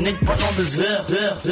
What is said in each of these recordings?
connecte pendant 2 heures.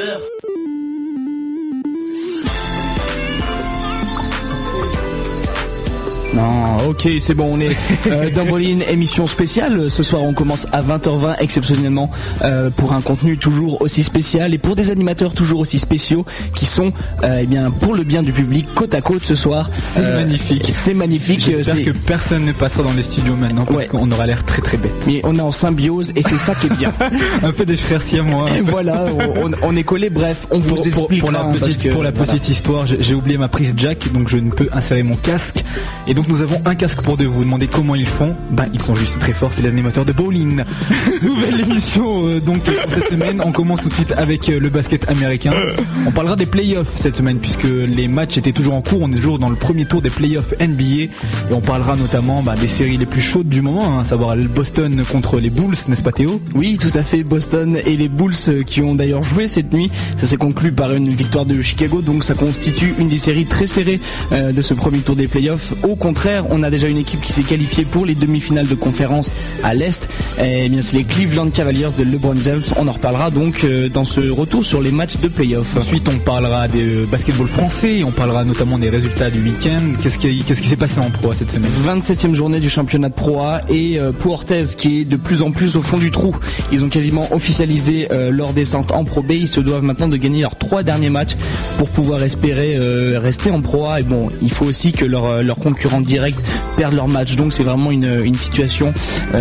Non, ok, c'est bon, on est Double In, émission spéciale. Ce soir, on commence à 20h20 exceptionnellement pour un contenu toujours aussi spécial et pour des animateurs toujours aussi spéciaux qui sont eh bien pour le bien du public côte à côte ce soir. C'est magnifique. C'est magnifique. J'espère que personne ne passera dans les studios maintenant parce qu'on aura l'air très très bête. Et on est en symbiose et c'est ça qui est bien. Un peu des frères siamois. Voilà, on est collés. Bref, on vous explique. Pour la petite histoire, j'ai oublié ma prise jack, donc je ne peux insérer mon casque. Et donc nous avons un casque pour deux. Vous vous demandez comment ils font? Ils sont juste très forts, c'est l'animateur de bowling. Nouvelle émission donc pour cette semaine. On commence tout de suite avec le basket américain. On parlera des playoffs cette semaine puisque les matchs étaient toujours en cours. On est toujours dans le premier tour des playoffs NBA et on parlera notamment des séries les plus chaudes du moment, à savoir le Boston contre les Bulls, n'est-ce pas Théo? Oui, tout à fait. Boston et les Bulls qui ont d'ailleurs joué cette nuit. Ça s'est conclu par une victoire de Chicago, donc ça constitue une des séries très serrées de ce premier tour des playoffs. Au contraire, on a déjà une équipe qui s'est qualifiée pour les demi-finales de conférence à l'Est. Et bien, c'est les Cleveland Cavaliers de LeBron James. On en reparlera donc dans ce retour sur les matchs de playoffs. Ensuite, on parlera des basketball français. On parlera notamment des résultats du week-end. Qu'est-ce qui s'est passé en Pro A cette semaine? 27e journée du championnat de Pro A et Pau Orthez qui est de plus en plus au fond du trou. Ils ont quasiment officialisé leur descente en Pro B. Ils se doivent maintenant de gagner leurs 3 derniers matchs pour pouvoir espérer rester en Pro A. Et bon, il faut aussi que leurs concurrents directs perdent leur match, donc c'est vraiment une situation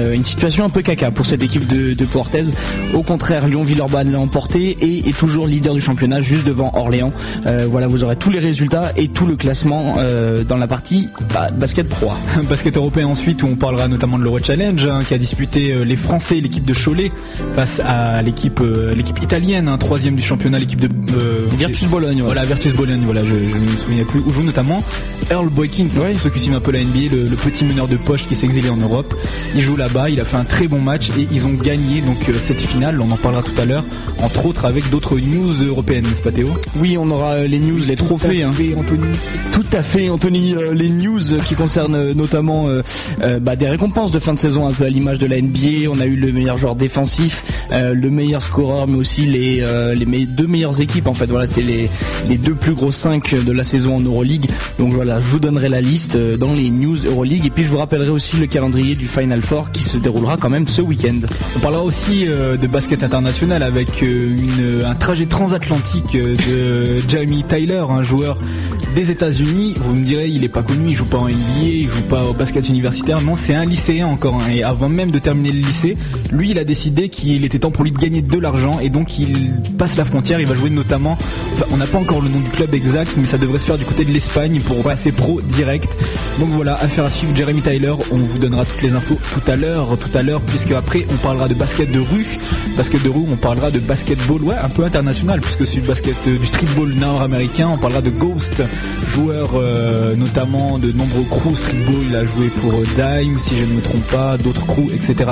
un peu caca pour cette équipe de Pau Orthez. Au contraire, Lyon-Villeurbanne l'a emporté et est toujours leader du championnat juste devant Orléans. Voilà, vous aurez tous les résultats et tout le classement dans la partie basket Pro A. Basket européen ensuite, où on parlera notamment de l'Euro Challenge qui a disputé les Français et l'équipe de Cholet face à l'équipe italienne, 3e du championnat, l'équipe de Virtus Bologne. Voilà, Virtus Bologne, voilà, je ne me souviens plus, où joue notamment Earl Boykins, pour ceux qui suivent un peu la NBA, le petit meneur de poche qui s'est exilé en Europe. Il joue là-bas, il a fait un très bon match et ils ont gagné donc cette finale. On en parlera tout à l'heure, entre autres avec d'autres news européennes, n'est-ce pas Théo? Oui, on aura les news, les trophées. Anthony. Tout à fait, Anthony. Les news qui concernent notamment des récompenses de fin de saison un peu à l'image de la NBA. On a eu le meilleur joueur défensif, le meilleur scoreur, mais aussi les 2 meilleures équipes. En fait, voilà, c'est les 2 plus grosses 5 de la saison en Euroleague. Donc voilà, je vous donnerai la liste dans les news Euroleague et puis je vous rappellerai aussi le calendrier du Final Four qui se déroulera quand même ce week-end. On parlera aussi de basket international avec un trajet transatlantique de Jeremy Tyler, un joueur des États-Unis. Vous me direz, il est pas connu, il joue pas en NBA, il joue pas au basket universitaire. Non, c'est un lycéen encore. Et avant même de terminer le lycée, lui, il a décidé qu'il était temps pour lui de gagner de l'argent et donc il passe la frontière. Il va jouer notamment, on n'a pas encore le nom du club exact, mais ça devrait se faire du côté de l'Espagne pour passer pro direct. Donc voilà, affaire à suivre. Jeremy Tyler, on vous donnera toutes les infos tout à l'heure, puisque après on parlera de basket de rue, on parlera de basketball, un peu international, puisque c'est du basket du streetball nord-américain. On parlera de Ghost, joueur notamment de nombreux crews streetball. Il a joué pour Dime, si je ne me trompe pas, d'autres crews, etc.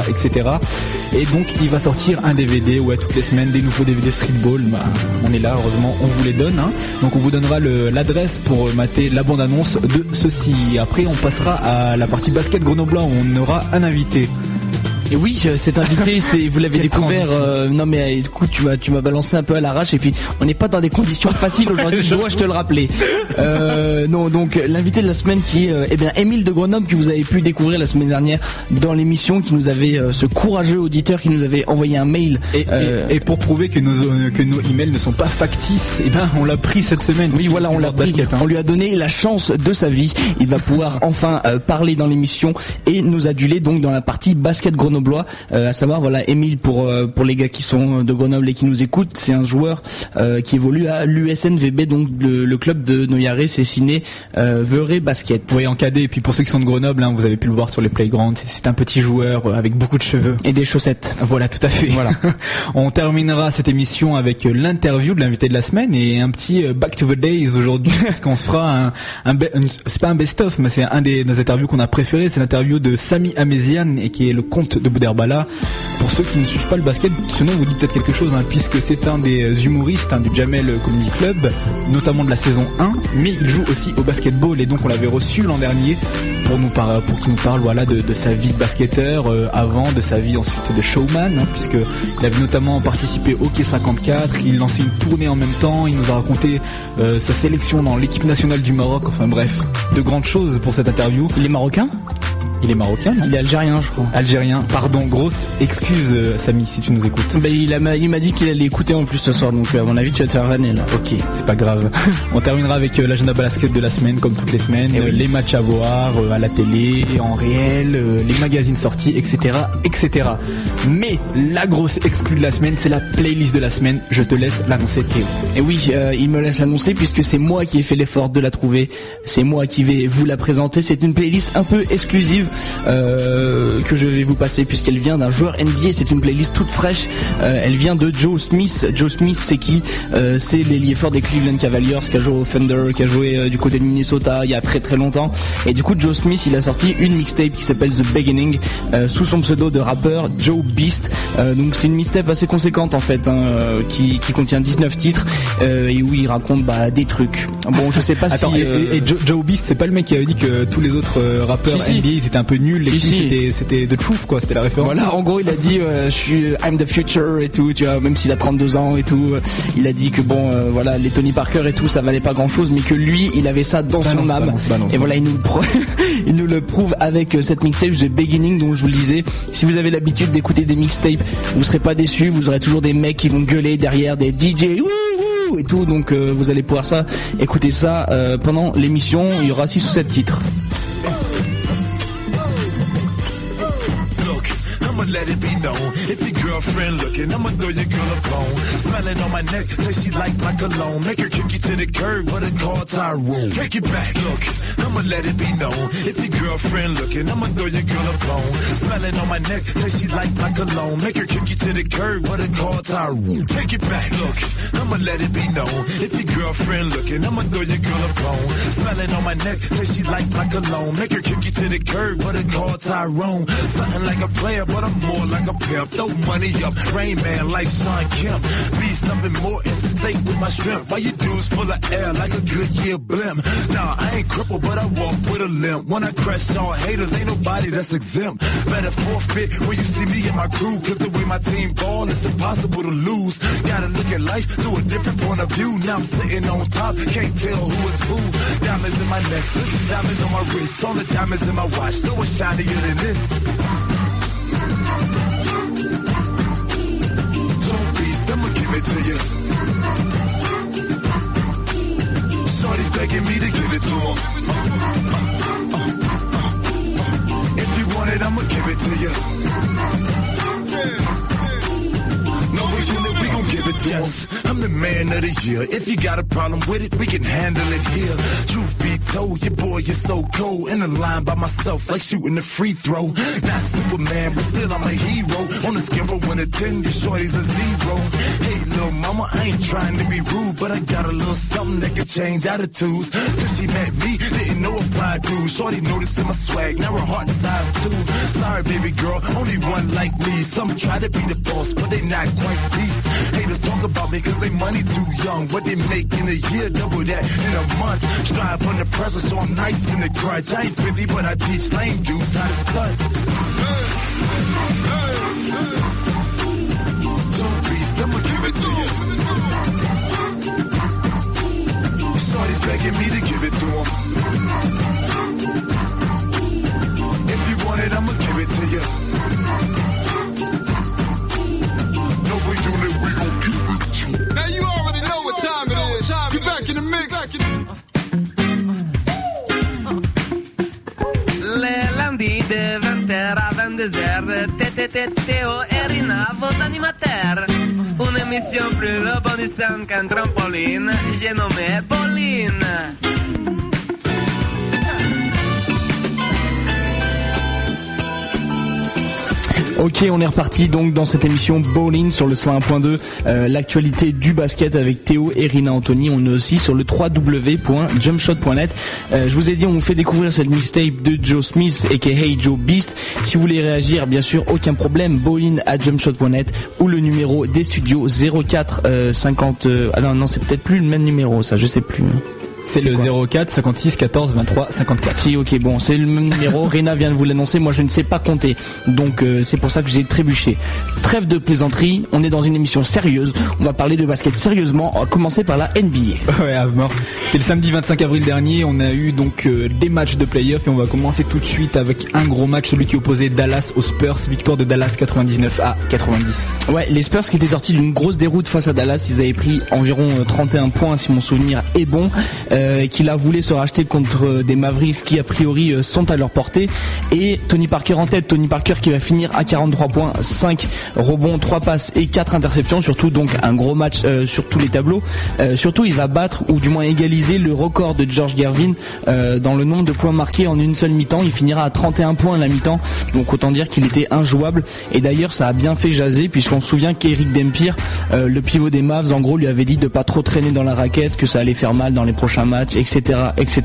Et donc il va sortir un DVD, toutes les semaines des nouveaux DVD streetball. On est là, heureusement, on vous les donne. Donc on vous donnera l'adresse pour mater la bande-annonce de ceci. Après on passera à la partie basket grenoblois où on aura un invité. Et oui, cet invité, vous l'avez découvert. Non mais écoute, tu m'as balancé un peu à l'arrache et puis on n'est pas dans des conditions faciles aujourd'hui. Je te le rappeler. Non, donc l'invité de la semaine qui est Émile de Grenoble, que vous avez pu découvrir la semaine dernière dans l'émission, qui nous avait ce courageux auditeur qui nous avait envoyé un mail. Et pour prouver que nos emails ne sont pas factices, on l'a pris cette semaine. Oui, voilà, on l'a pris. On lui a donné la chance de sa vie. Il va pouvoir enfin parler dans l'émission et nous aduler donc dans la partie basket grenoblois. À savoir, voilà, Émile, pour les gars qui sont de Grenoble et qui nous écoutent, c'est un joueur qui évolue à l'USNVB, donc le club de Noyaré, c'est signé Veré Basket. Oui, en cadet. Et puis pour ceux qui sont de Grenoble, vous avez pu le voir sur les playgrounds, c'est un petit joueur avec beaucoup de cheveux et des chaussettes. Voilà, tout à fait. Voilà. On terminera cette émission avec l'interview de l'invité de la semaine et un petit back to the days aujourd'hui, parce qu'on se fera c'est pas un best-of, mais c'est un des nos interviews qu'on a préféré. C'est l'interview de Sami Améziane et qui est le comte de de Boudherbala. Pour ceux qui ne suivent pas le basket, ce nom vous dit peut-être quelque chose, puisque c'est un des humoristes du Jamel Comedy Club, notamment de la saison 1, mais il joue aussi au basketball, et donc on l'avait reçu l'an dernier pour qu'il nous parle voilà de sa vie de basketteur avant, de sa vie ensuite de showman, puisque il avait notamment participé au Hockey 54, il lançait une tournée en même temps, il nous a raconté sa sélection dans l'équipe nationale du Maroc, enfin bref, de grandes choses pour cette interview. Il est marocain ? Il est marocain, non ? Il est algérien, je crois. Algérien, pardon, grosse excuse, Samy, si tu nous écoutes. Il m'a dit qu'il allait écouter en plus ce soir, donc à mon avis tu vas te faire vanner là. Ok, c'est pas grave. On terminera avec l'agenda basket de la semaine, comme toutes les semaines, les matchs à voir à la télé, en réel, les magazines sortis, etc., etc. Mais la grosse exclue de la semaine, c'est la playlist de la semaine. Je te laisse l'annoncer, Théo. Et oui, il me laisse l'annoncer puisque c'est moi qui ai fait l'effort de la trouver. C'est moi qui vais vous la présenter. C'est une playlist un peu exclusive. Que je vais vous passer puisqu'elle vient d'un joueur NBA. C'est une playlist toute fraîche. Elle vient de Joe Smith. Joe Smith, c'est qui ? C'est l'ailier fort des Cleveland Cavaliers qui a joué au Thunder, qui a joué du côté de Minnesota il y a très très longtemps. Et du coup, Joe Smith, il a sorti une mixtape qui s'appelle The Beginning sous son pseudo de rappeur Joe Beast. Donc c'est une mixtape assez conséquente en fait, qui contient 19 titres et où il raconte des trucs. Bon, je sais pas Attends, si. Et Joe Beast, c'est pas le mec qui avait dit que tous les autres rappeurs NBA ils étaient un peu nuls, et c'était The Truth quoi, c'était la référence. Voilà, en gros il a dit I'm the future et tout, tu vois, même s'il a 32 ans et tout, il a dit que voilà, les Tony Parker et tout ça valait pas grand chose, mais que lui il avait ça dans son âme. Et voilà, il nous le prouve avec cette mixtape The Beginning, dont je vous le disais, si vous avez l'habitude d'écouter des mixtapes, vous serez pas déçus, vous aurez toujours des mecs qui vont gueuler derrière, des DJ et tout, donc vous allez pouvoir écouter ça pendant l'émission. Il y aura 6 ou 7 titres. Let it be known. If your girlfriend looking, I'ma throw your girl a bone. Smelling on my neck, say she like my cologne. Make her kick you to the curb, what it call Tyrone. Take it back, look, I'ma let it be known. If your girlfriend looking, I'ma throw your girl a bone. Smelling on my neck, say she like my cologne. Make her kick you to the curb, what it call Tyrone. Take it back, look, I'ma let it be known. If your girlfriend looking, I'ma throw your girl a bone. Smelling on my neck, say she like my cologne. Make her kick you to the curb, what it call Tyrone. Something like a player, but I'm more like a pimp. Throw money up, Rain Man like Sean Kemp. Beast nothing more instant with my strength. Why you dudes full of air like a Goodyear blimp? Nah, I ain't crippled, but I walk with a limp. When I crush y'all haters, ain't nobody that's exempt. Better forfeit when you see me and my crew, cause the way my team ball, it's impossible to lose. Gotta look at life through a different point of view. Now I'm sitting on top, can't tell who is who. Diamonds in my necklace, diamonds on my wrist, all the diamonds in my watch, so it's shinier than this. I'ma give it to you. Shorty's begging me to give it to him. If you want it, I'ma give it to you. No, we gon' give it to him. I'm the man of the year. If you got a problem with it, we can handle it here. Truth be told, your boy is so cold. In the line by myself, like shooting a free throw. Not Superman, but still I'm a hero. On the scale from 1 to 10, your shorty's a 0. Hey, little mama, I ain't trying to be rude, but I got a little something that can change attitudes. Till she met me, didn't know if I do. Shorty noticing my swag, now her heart desires too. Sorry, baby girl, only one like me. Some try to be the boss, but they not quite peace. Haters talk about me cause they money too young. What they make in a year, double that in a month. Strive under pressure, so I'm nice in the crutch. I ain't 50, but I teach lame dudes how to stunt. So beast, I'ma give it to you. Shorty's begging me to give it to him. If you want it, I'ma give it to you. No, we doing it, we gon' keep it. Now you already know what time it is. Get back in the mix. Le lundi diventerà un désert. Théo et Rina vont animateur. Une émission plus rebondissante qu'un trampoline. J'ai nommé Pauline. Ok, on est reparti donc dans cette émission Ball-In sur le 101.2, l'actualité du basket avec Théo et Rina Anthony. On est aussi sur le www.jumpshot.net. Je vous ai dit, on vous fait découvrir cette mixtape de Joe Smith aka Joe Beast. Si vous voulez réagir, bien sûr, aucun problème, ballin@jumpshot.net ou le numéro des studios 04 50. Ah non, c'est peut-être plus le même numéro, ça, je sais plus. C'est le 04 56 14 23 54. Si, ok, bon, c'est le même numéro. Rina vient de vous l'annoncer. Moi, je ne sais pas compter. Donc, c'est pour ça que j'ai trébuché. Trêve de plaisanterie. On est dans une émission sérieuse. On va parler de basket sérieusement. On va commencer par la NBA. Ouais, à mort. C'était le samedi 25 avril dernier. On a eu donc des matchs de play-off et on va commencer tout de suite avec un gros match, celui qui opposait Dallas aux Spurs. Victoire de Dallas 99 à 90. Ouais, les Spurs qui étaient sortis d'une grosse déroute face à Dallas. Ils avaient pris environ 31 points, si mon souvenir est bon. Qui là voulait se racheter contre des Mavericks qui a priori sont à leur portée, et Tony Parker en tête. Tony Parker qui va finir à 43 points, 5 rebonds, 3 passes et 4 interceptions, surtout donc un gros match sur tous les tableaux. Surtout il va battre ou du moins égaliser le record de George Gervin dans le nombre de points marqués en une seule mi-temps. Il finira à 31 points à la mi-temps, donc autant dire qu'il était injouable. Et d'ailleurs ça a bien fait jaser, puisqu'on se souvient qu'Eric Dampier, le pivot des Mavs, en gros lui avait dit de pas trop traîner dans la raquette, que ça allait faire mal dans les prochains matchs, etc.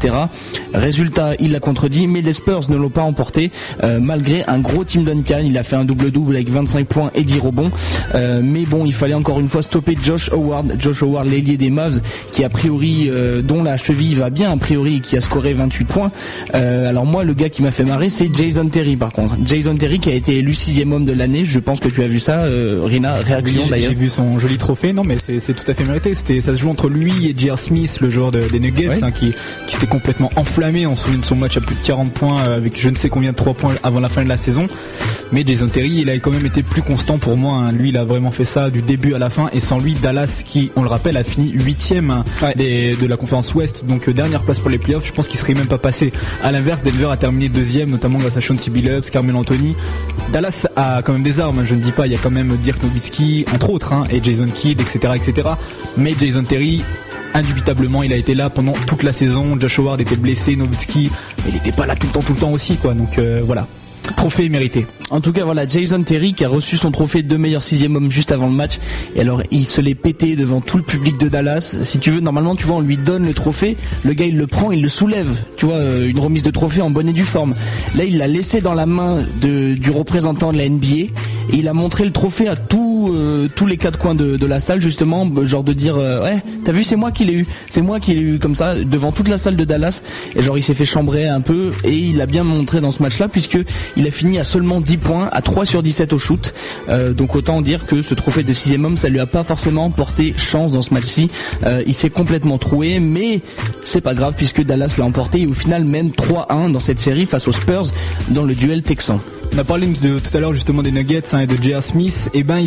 Résultat, il l'a contredit, mais les Spurs ne l'ont pas emporté, malgré un gros Tim Duncan. Il a fait un double-double avec 25 points et 10 rebonds, mais bon, il fallait encore une fois stopper Josh Howard, l'ailier des Mavs, qui a priori, dont la cheville va bien a priori, qui a scoré 28 points. Alors moi, le gars qui m'a fait marrer, c'est Jason Terry. Par contre, Jason Terry qui a été élu 6e homme de l'année. Je pense que tu as vu ça, Rina. Réaction, oui, d'ailleurs. J'ai vu son joli trophée. Non, mais c'est tout à fait mérité. Ça se joue entre lui et J.R. Smith, le joueur des Nuggets, ouais. Qui s'était complètement enflammé. On se souvient de son match à plus de 40 points avec je ne sais combien de 3 points avant la fin de la saison. Mais Jason Terry, il a quand même été plus constant pour moi, hein. Lui, il a vraiment fait ça du début à la fin, et sans lui, Dallas, qui, on le rappelle, a fini 8e de la conférence Ouest, donc dernière place pour les playoffs. Je pense qu'il serait même pas passé. À l'inverse, Denver a terminé 2e, notamment grâce à Chauncey Billups, Carmelo Anthony. Dallas a quand même des armes, je ne dis pas, il y a quand même Dirk Nowitzki, entre autres, hein, et Jason Kidd, etc. Mais Jason Terry, indubitablement, il a été là pendant toute la saison. Josh Howard était blessé, Nowitzki, il n'était pas là tout le temps aussi, quoi. Donc voilà. Trophée mérité. En tout cas, voilà, Jason Terry qui a reçu son trophée de meilleur 6e homme juste avant le match. Et alors, il se l'est pété devant tout le public de Dallas. Si tu veux, normalement, tu vois, on lui donne le trophée. Le gars, il le prend, il le soulève. Tu vois, une remise de trophée en bonne et due forme. Là, il l'a laissé dans la main du représentant de la NBA. Et il a montré le trophée à tous les quatre coins de la salle, justement, genre de dire, ouais, t'as vu, c'est moi qui l'ai eu comme ça, devant toute la salle de Dallas. Et genre, il s'est fait chambrer un peu, et il a bien montré dans ce match-là, puisque il a fini à seulement 10 points, à 3 sur 17 au shoot. Donc autant dire que ce trophée de 6e homme, ça lui a pas forcément porté chance dans ce match-ci. Il s'est complètement troué, mais c'est pas grave, puisque Dallas l'a emporté, et au final mène 3-1 dans cette série face aux Spurs dans le duel texan. On a parlé tout à l'heure justement des Nuggets, hein, et de J.R. Smith. Et ben,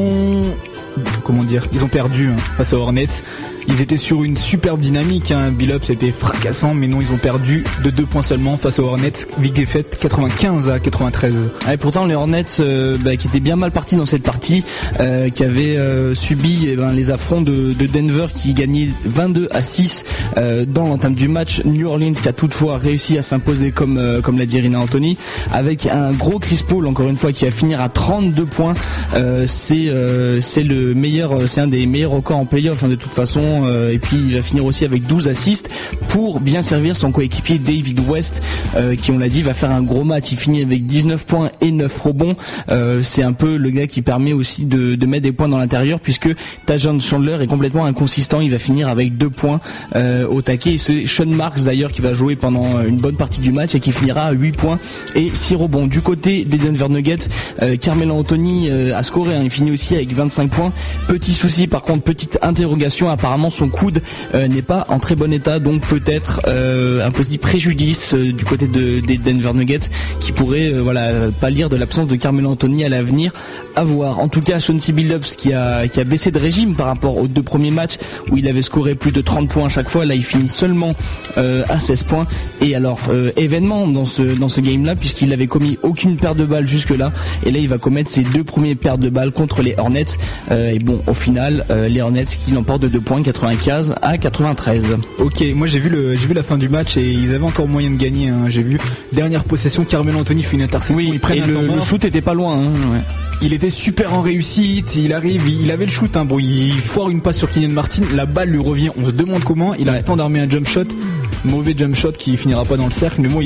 ils ont perdu, hein, face aux Hornets. Ils étaient sur une superbe dynamique, hein. Billups était fracassant, mais non, ils ont perdu de 2 points seulement face aux Hornets. Défaite 95 à 93. Et pourtant les Hornets qui étaient bien mal partis dans cette partie, qui avaient subi les affronts de Denver, qui gagnait 22-6 dans l'entame du match. New Orleans qui a toutefois réussi à s'imposer comme l'a dit Rina Anthony, avec un gros Chris Paul encore une fois qui va finir à 32 points. C'est le meilleur, c'est un des meilleurs records en play-off, hein, de toute façon. Et puis il va finir aussi avec 12 assists pour bien servir son coéquipier David West, qui, on l'a dit, va faire un gros match. Il finit avec 19 points et 9 rebonds. C'est un peu le gars qui permet aussi de mettre des points dans l'intérieur, puisque Tajon Chandler est complètement inconsistant. Il va finir avec 2 points au taquet, et c'est Sean Marks d'ailleurs qui va jouer pendant une bonne partie du match et qui finira à 8 points et 6 rebonds. Du côté des Denver Nuggets, Carmelo Anthony a scoré, hein. Il finit aussi avec 25 points. Petit souci, par contre, petite interrogation, apparemment son coude n'est pas en très bon état, donc peut-être un petit préjudice du côté des Denver Nuggets qui pourrait pallier de l'absence de Carmelo Anthony à l'avenir. À voir. En tout cas, Chauncey Billups qui a baissé de régime par rapport aux 2 premiers matchs où il avait scoré plus de 30 points à chaque fois. Là, il finit seulement à 16 points. Et alors, événement dans ce game-là, puisqu'il avait commis aucune perte de balles jusque-là, et là il va commettre ses 2 premiers pertes de balles contre les Hornets. Et bon, au final, les Hornets qui l'emportent de 2 points, 95 à 93. Ok, moi j'ai vu la fin du match et ils avaient encore moyen de gagner. J'ai vu dernière possession, Carmelo Anthony fait une interception. Oui, ils prennent un temps le mort. shoot était pas loin. Ouais. Il était super en réussite, il arrive, il avait le shoot, bon, il foire une passe sur Kenyon Martin, la balle lui revient, on se demande comment, il a le temps d'armer un jump shot, mauvais jump shot qui finira pas dans le cercle, mais bon,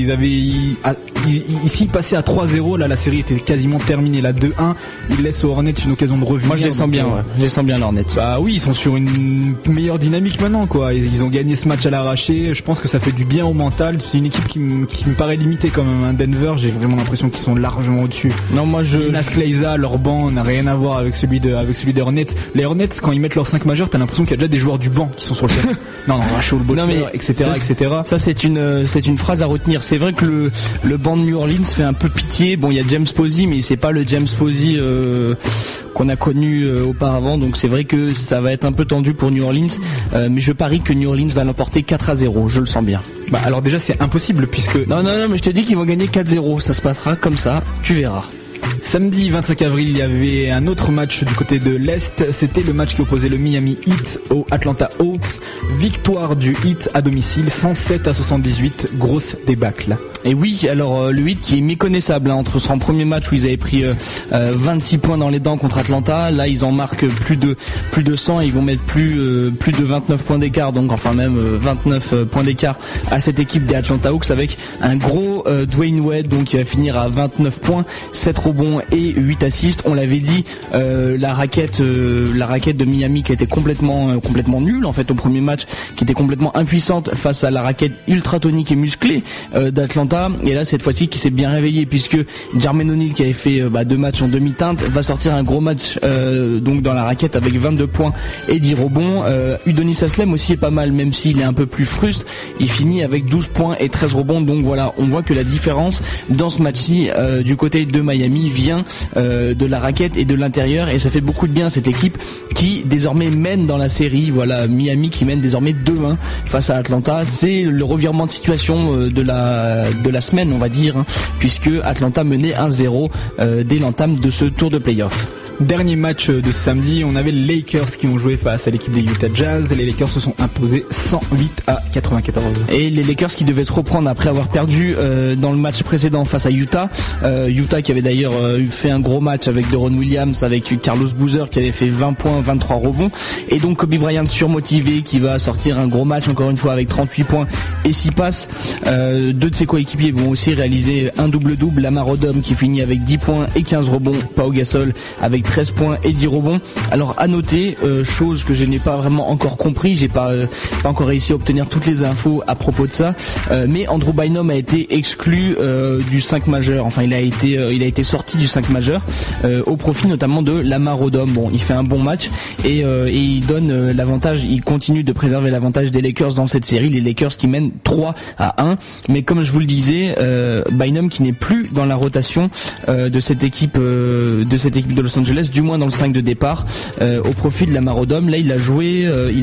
s'il passait à 3-0, là la série était quasiment terminée, la 2-1, il laisse aux Hornets une occasion de revenir. Moi je les sens bien, je les sens bien l'Hornets. Bah oui, ils sont sur une meilleure dynamique maintenant, quoi. Ils ont gagné ce match à l'arraché, je pense que ça fait du bien au mental, c'est une équipe qui me paraît limitée quand même, Denver, j'ai vraiment l'impression qu'ils sont largement au-dessus. Non, moi Kleiza, leur banc n'a rien à voir avec celui des Hornets. Les Hornets, quand ils mettent leurs 5 majeurs, t'as l'impression qu'il y a déjà des joueurs du banc qui sont sur le terrain. non, Rachel Butler, etc. Ça, c'est une phrase à retenir. C'est vrai que le banc de New Orleans fait un peu pitié. Bon, il y a James Posey, mais c'est pas le James Posey qu'on a connu auparavant. Donc c'est vrai que ça va être un peu tendu pour New Orleans. Mais je parie que New Orleans va l'emporter 4-0. Je le sens bien. Bah alors déjà c'est impossible puisque... Non, mais je te dis qu'ils vont gagner 4-0. Ça se passera comme ça. Tu verras. Samedi 25 avril, il y avait un autre match du côté de l'Est. C'était le match qui opposait le Miami Heat au Atlanta Hawks. Victoire du Heat à domicile, 107-78. Grosse débâcle. Et oui, alors le Heat qui est méconnaissable entre son premier match où ils avaient pris 26 points dans les dents contre Atlanta. Là, ils en marquent plus de 100 et ils vont mettre plus de 29 points d'écart. Donc enfin même 29 points d'écart à cette équipe des Atlanta Hawks avec un gros Dwayne Wade donc qui va finir à 29 points, 7 rebonds et 8 assists. On l'avait dit, la raquette de Miami qui était complètement nulle en fait au premier match, qui était complètement impuissante face à la raquette ultra tonique et musclée d'Atlanta. Et là cette fois-ci qui s'est bien réveillé puisque Jermaine O'Neal qui avait fait 2 matchs en demi-teinte va sortir un gros match donc dans la raquette avec 22 points et 10 rebonds. Udonis Haslem aussi est pas mal même s'il est un peu plus fruste. Il finit avec 12 points et 13 rebonds. Donc voilà, on voit que la différence dans ce match-ci du côté de Miami vient de la raquette et de l'intérieur et ça fait beaucoup de bien à cette équipe qui désormais mène dans la série. Voilà, Miami qui mène désormais 2-1 face à Atlanta. C'est le revirement de situation de la semaine on va dire puisque Atlanta menait 1-0 dès l'entame de ce tour de play-off. Dernier match de ce samedi, on avait les Lakers qui ont joué face à l'équipe des Utah Jazz. Les Lakers se sont imposés 108-94. Et les Lakers qui devaient se reprendre après avoir perdu dans le match précédent face à Utah. Utah qui avait d'ailleurs fait un gros match avec Deron Williams, avec Carlos Boozer qui avait fait 20 points, 23 rebonds. Et donc Kobe Bryant surmotivé qui va sortir un gros match encore une fois avec 38 points et 6 passes. Deux de ses coéquipiers vont aussi réaliser un double-double. Lamar Odom qui finit avec 10 points et 15 rebonds. Pau Gasol avec 13 points et 10 rebonds. Alors à noter, chose que je n'ai pas vraiment encore compris, j'ai pas encore réussi à obtenir toutes les infos à propos de ça, mais Andrew Bynum a été exclu du 5 majeur. Enfin il a été sorti du 5 majeur au profit notamment de Lamar Odom. Bon, il fait un bon match et il donne l'avantage, il continue de préserver l'avantage des Lakers dans cette série, les Lakers qui mènent 3-1. Mais comme je vous le disais, Bynum qui n'est plus dans la rotation de cette équipe de Los Angeles, du moins dans le 5 de départ, au profit de Lamar Odom. Là il a joué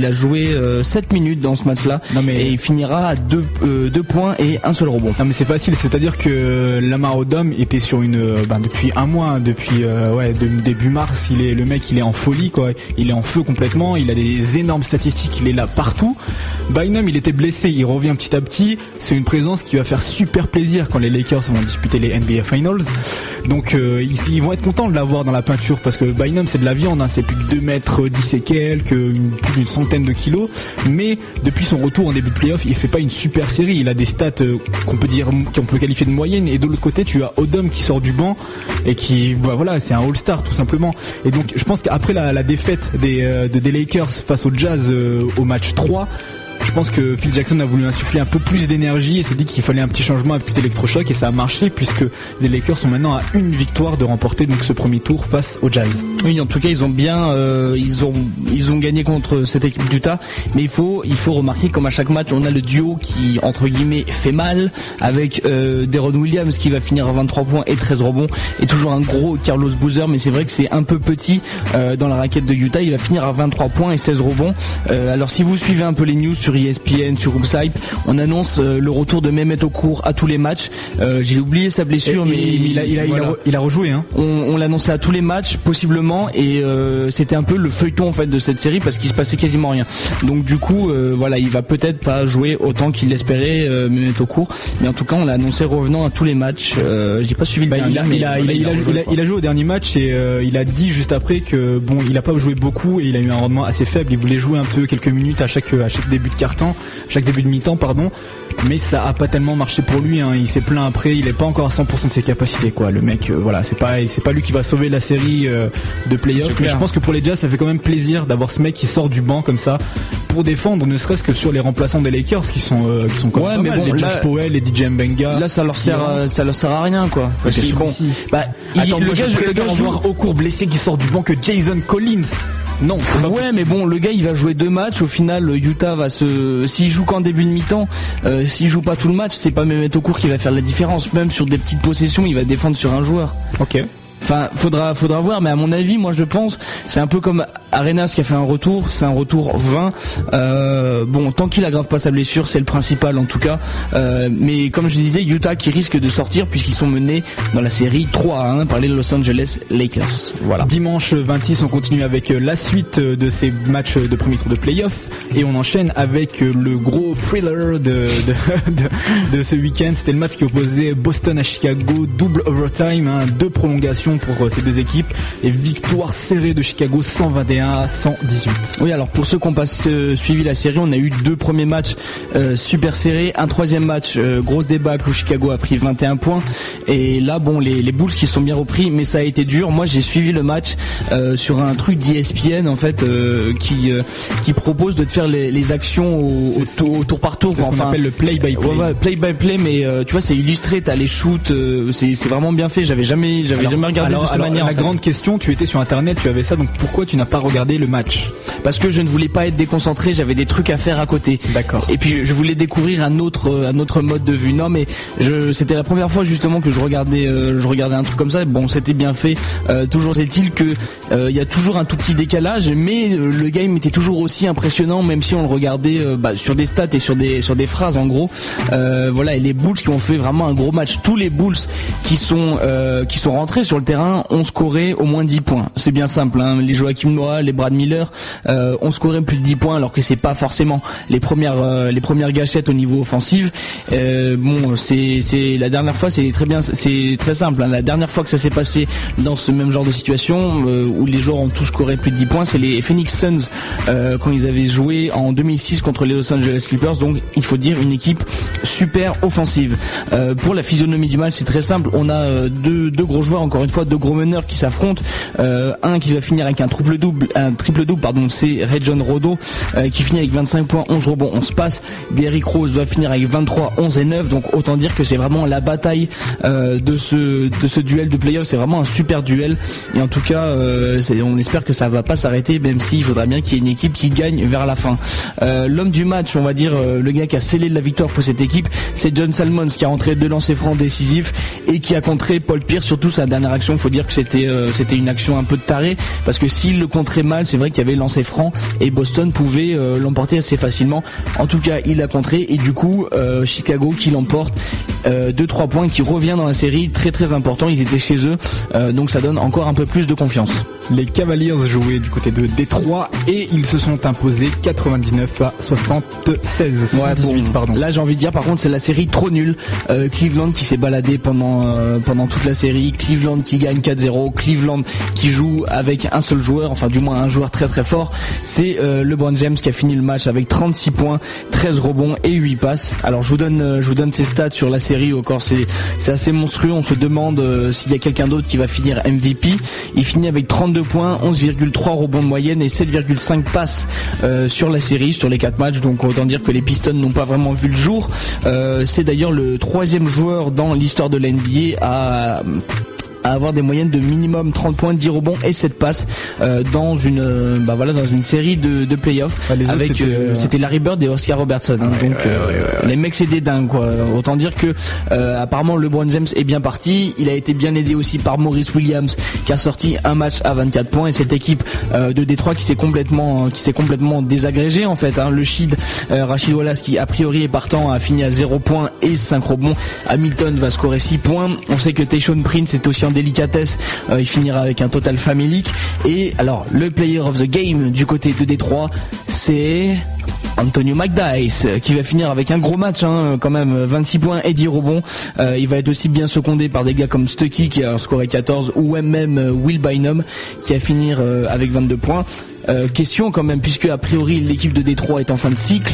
7 minutes dans ce match-là et il finira à 2 points et un seul rebond. Non mais c'est facile, c'est-à-dire que Lamar Odom était sur depuis un mois, depuis début mars, le mec il est en folie quoi, il est en feu complètement, il a des énormes statistiques, il est là partout. Bynum il était blessé, il revient petit à petit, c'est une présence qui va faire super plaisir quand les Lakers vont disputer les NBA Finals. Donc ils vont être contents de l'avoir dans la peinture parce que Bynum c'est de la viande, c'est plus de 2m10 et quelques, plus d'une centaine de kilos, mais depuis son retour en début de playoff il fait pas une super série, il a des stats qu'on peut qualifier de moyenne, et de l'autre côté tu as Odom qui sort du banc et qui c'est un all-star tout simplement. Et donc je pense qu'après la défaite des Lakers face au Jazz au match 3, je pense que Phil Jackson a voulu insuffler un peu plus d'énergie et s'est dit qu'il fallait un petit changement, un petit électrochoc, et ça a marché puisque les Lakers sont maintenant à une victoire de remporter donc ce premier tour face au Jazz. Oui, en tout cas ils ont bien ils ont gagné contre cette équipe d'Utah, mais il faut remarquer comme à chaque match on a le duo qui entre guillemets fait mal avec Deron Williams qui va finir à 23 points et 13 rebonds, et toujours un gros Carlos Boozer, mais c'est vrai que c'est un peu petit dans la raquette de Utah. Il va finir à 23 points et 16 rebonds. Alors si vous suivez un peu les news sur ESPN, sur Upside, on annonce le retour de Mehmet Okur à tous les matchs. J'ai oublié sa blessure, mais il a rejoué. Hein. On l'annonçait à tous les matchs possiblement, et c'était un peu le feuilleton en fait de cette série parce qu'il se passait quasiment rien. Donc du coup, voilà, il va peut-être pas jouer autant qu'il l'espérait, Mehmet Okur, mais en tout cas, on l'a annoncé revenant à tous les matchs. J'ai pas suivi le dernier. Il a joué au dernier match et il a dit juste après que bon, il a pas joué beaucoup et il a eu un rendement assez faible. Il voulait jouer un peu quelques minutes à chaque début de mi-temps, pardon. Mais ça a pas tellement marché pour lui. Hein. Il s'est plaint après. Il est pas encore à 100% de ses capacités, quoi. Le mec, voilà, c'est pas lui qui va sauver la série de playoffs. Mais je pense que pour les Jazz, ça fait quand même plaisir d'avoir ce mec qui sort du banc comme ça pour défendre, ne serait-ce que sur les remplaçants des Lakers qui sont quand même pas mal. Les Josh Powell, les DJ Mbenga. Là, ça leur sert à rien, quoi. Parce que bon, le gars, je préfère voir Okur blessé qui sort du banc que Jason Collins. Non, ouais, mais bon, le gars il va jouer 2 matchs. Au final, Utah va s'il joue qu'en début de mi-temps, s'il joue pas tout le match, c'est pas Mehmet Okur qui va faire la différence. Même sur des petites possessions, il va défendre sur un joueur. Ok. Enfin, faudra voir, mais à mon avis, moi je pense, c'est un peu comme Arenas qui a fait un retour, c'est un retour 20. Bon, tant qu'il aggrave pas sa blessure, c'est le principal en tout cas. Mais comme je disais, Utah qui risque de sortir puisqu'ils sont menés dans la série 3-1 par les Los Angeles Lakers. Voilà. Dimanche 26, on continue avec la suite de ces matchs de premier tour de playoff et on enchaîne avec le gros thriller de ce week-end. C'était le match qui opposait Boston à Chicago, double overtime, 2 prolongations pour ces deux équipes et victoire serrée de Chicago 121 à 118. Oui, alors pour ceux qui n'ont pas suivi la série, on a eu 2 premiers matchs super serrés, un 3e match grosse débâcle où Chicago a pris 21 points et là bon les Bulls qui sont bien repris, mais ça a été dur. Moi j'ai suivi le match sur un truc d'ESPN en fait qui propose de te faire les actions au tour par tour. C'est ce qu'on appelle le play by play. Ouais, play by play, mais tu vois c'est illustré, t'as les shoots, c'est vraiment bien fait. J'avais jamais regardé de cette manière. La grande question, tu étais sur internet, tu avais ça, donc pourquoi tu n'as pas regardé le match? Parce que je ne voulais pas être déconcentré, j'avais des trucs à faire à côté. D'accord. Et puis je voulais découvrir un autre mode de vue. Non mais c'était la première fois justement que je regardais un truc comme ça. Bon, c'était bien fait. Toujours est-il que il y a toujours un tout petit décalage, mais le game était toujours aussi impressionnant, même si on le regardait sur des stats et sur des phrases en gros. Voilà, et les Bulls qui ont fait vraiment un gros match. Tous les Bulls qui sont rentrés sur le terrain ont scoré au moins 10 points. C'est bien simple, hein. Les Joakim Noah, les Brad Miller ont scoré plus de 10 points alors que c'est pas forcément les premières gâchettes au niveau offensif. Bon, c'est la dernière fois, c'est très simple, hein. La dernière fois que ça s'est passé dans ce même genre de situation où les joueurs ont tous scoré plus de 10 points, c'est les Phoenix Suns quand ils avaient joué en 2006 contre les Los Angeles Clippers. Donc il faut dire une équipe super offensive. Pour la physionomie du match, c'est très simple. On a deux gros joueurs, encore une fois, 2 gros meneurs qui s'affrontent. Un qui va finir avec un triple double, c'est Rajon Rondo qui finit avec 25 points, 11 rebonds, 11 passes. Derrick Rose va finir avec 23, 11 et 9. Donc autant dire que c'est vraiment la bataille de ce duel de playoff. C'est vraiment un super duel. Et en tout cas, on espère que ça va pas s'arrêter, même s'il faudra bien qu'il y ait une équipe qui gagne vers la fin. L'homme du match, on va dire, le gars qui a scellé la victoire pour cette équipe, c'est John Salmons qui a rentré 2 lancers francs décisifs et qui a contré Paul Pierce, surtout sa dernière action. Il faut dire que c'était une action un peu de taré, parce que s'il le contrait mal, c'est vrai qu'il y avait lancé franc et Boston pouvait l'emporter assez facilement. En tout cas, il l'a contré et du coup Chicago qui l'emporte 2-3 points, qui revient dans la série, très très important. Ils étaient chez eux, donc ça donne encore un peu plus de confiance. Les Cavaliers jouaient du côté de Détroit et ils se sont imposés 99 à 78, pardon. Là j'ai envie de dire par contre c'est la série trop nulle. Cleveland qui s'est baladé pendant toute la série, Cleveland qui gagne 4-0, Cleveland qui joue avec un seul joueur, enfin du moins un joueur très très fort, c'est LeBron James qui a fini le match avec 36 points, 13 rebonds et 8 passes. Alors je vous donne ses stats sur la série, encore c'est assez monstrueux. On se demande s'il y a quelqu'un d'autre qui va finir MVP. Il finit avec 32 points, 11,3 rebonds de moyenne et 7,5 passes sur la série, sur les 4 matchs. Donc autant dire que les Pistons n'ont pas vraiment vu le jour. C'est d'ailleurs le 3e joueur dans l'histoire de la NBA à à avoir des moyennes de minimum 30 points, 10 rebonds et 7 passes dans une série de playoffs. Avec c'était Larry Bird et Oscar Robertson. Les mecs c'est des dingues quoi. Autant dire que apparemment LeBron James est bien parti. Il a été bien aidé aussi par Maurice Williams qui a sorti un match à 24 points et cette équipe de Détroit qui s'est complètement désagrégée en fait. Le Shid Rashid Wallace qui a priori est partant a fini à 0 points et 5 rebonds. Hamilton va scorer 6 points. On sait que Tayshaun Prince est aussi en délicatesse. Il finira avec un total famélique. Et alors le player of the game du côté de Détroit, c'est Antonio McDyess qui va finir avec un gros match quand même, 26 points et 10 rebonds. Il va être aussi bien secondé par des gars comme Stuckey qui a scoré 14 ou même Will Bynum qui a fini avec 22 points. Question quand même, puisque a priori l'équipe de Détroit est en fin de cycle,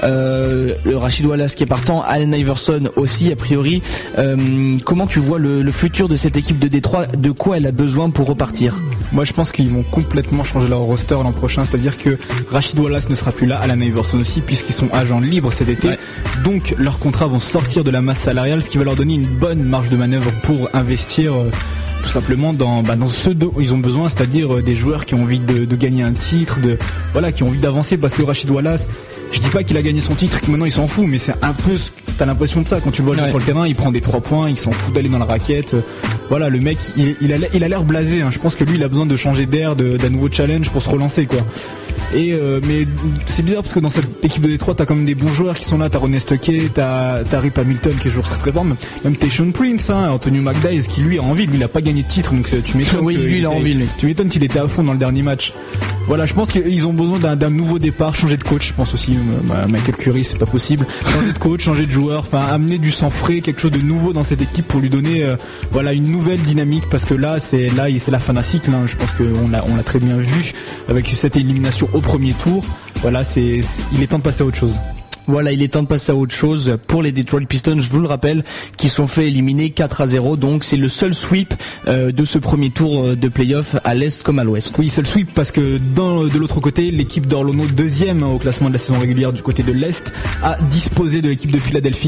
le Rashid Wallace qui est partant, Allen Iverson aussi a priori. Comment tu vois le futur de cette équipe de Détroit? De quoi elle a besoin pour repartir? Moi je pense qu'ils vont complètement changer leur roster l'an prochain, c'est-à-dire que Rashid Wallace ne sera plus là, Allen Iverson aussi, puisqu'ils sont agents libres cet été. Donc leurs contrats vont sortir de la masse salariale, ce qui va leur donner une bonne marge de manœuvre pour investir tout simplement dans ce dont ils ont besoin, c'est-à-dire des joueurs qui ont envie de gagner un titre, qui ont envie d'avancer, parce que Rashid Wallace, je dis pas qu'il a gagné son titre et que maintenant il s'en fout, mais c'est un peu, t'as l'impression de ça quand tu le vois jouer sur le terrain, il prend des 3 points, il s'en fout d'aller dans la raquette. Voilà, le mec, il a l'air blasé, Je pense que lui, il a besoin de changer d'air, d'un nouveau challenge pour se relancer, quoi. Et mais c'est bizarre parce que dans cette équipe de Détroit, t'as quand même des bons joueurs qui sont là. T'as Ronnie Stuckey, t'as Rip Hamilton qui est toujours très fort, même Tayshaun Prince, Antonio McDyess qui lui a envie, lui il a pas gagné de titre, donc tu m'étonnes. Oui, lui il a envie. Tu m'étonnes qu'il était à fond dans le dernier match. Voilà, je pense qu'ils ont besoin d'un nouveau départ, changer de coach. Je pense aussi Michael Curry, c'est pas possible. Changer de coach, changer de joueur, amener du sang frais, quelque chose de nouveau dans cette équipe pour lui donner une nouvelle dynamique, parce que là c'est la fin d'un cycle. Je pense qu'on l'a très bien vu avec cette élimination au premier tour. Voilà, il est temps de passer à autre chose. Voilà, il est temps de passer à autre chose pour les Detroit Pistons, je vous le rappelle, qui sont fait éliminer 4-0, donc c'est le seul sweep de ce premier tour de play-off à l'Est comme à l'Ouest. Oui, seul sweep parce que de l'autre côté, l'équipe d'Orlando, deuxième au classement de la saison régulière du côté de l'Est, a disposé de l'équipe de Philadelphie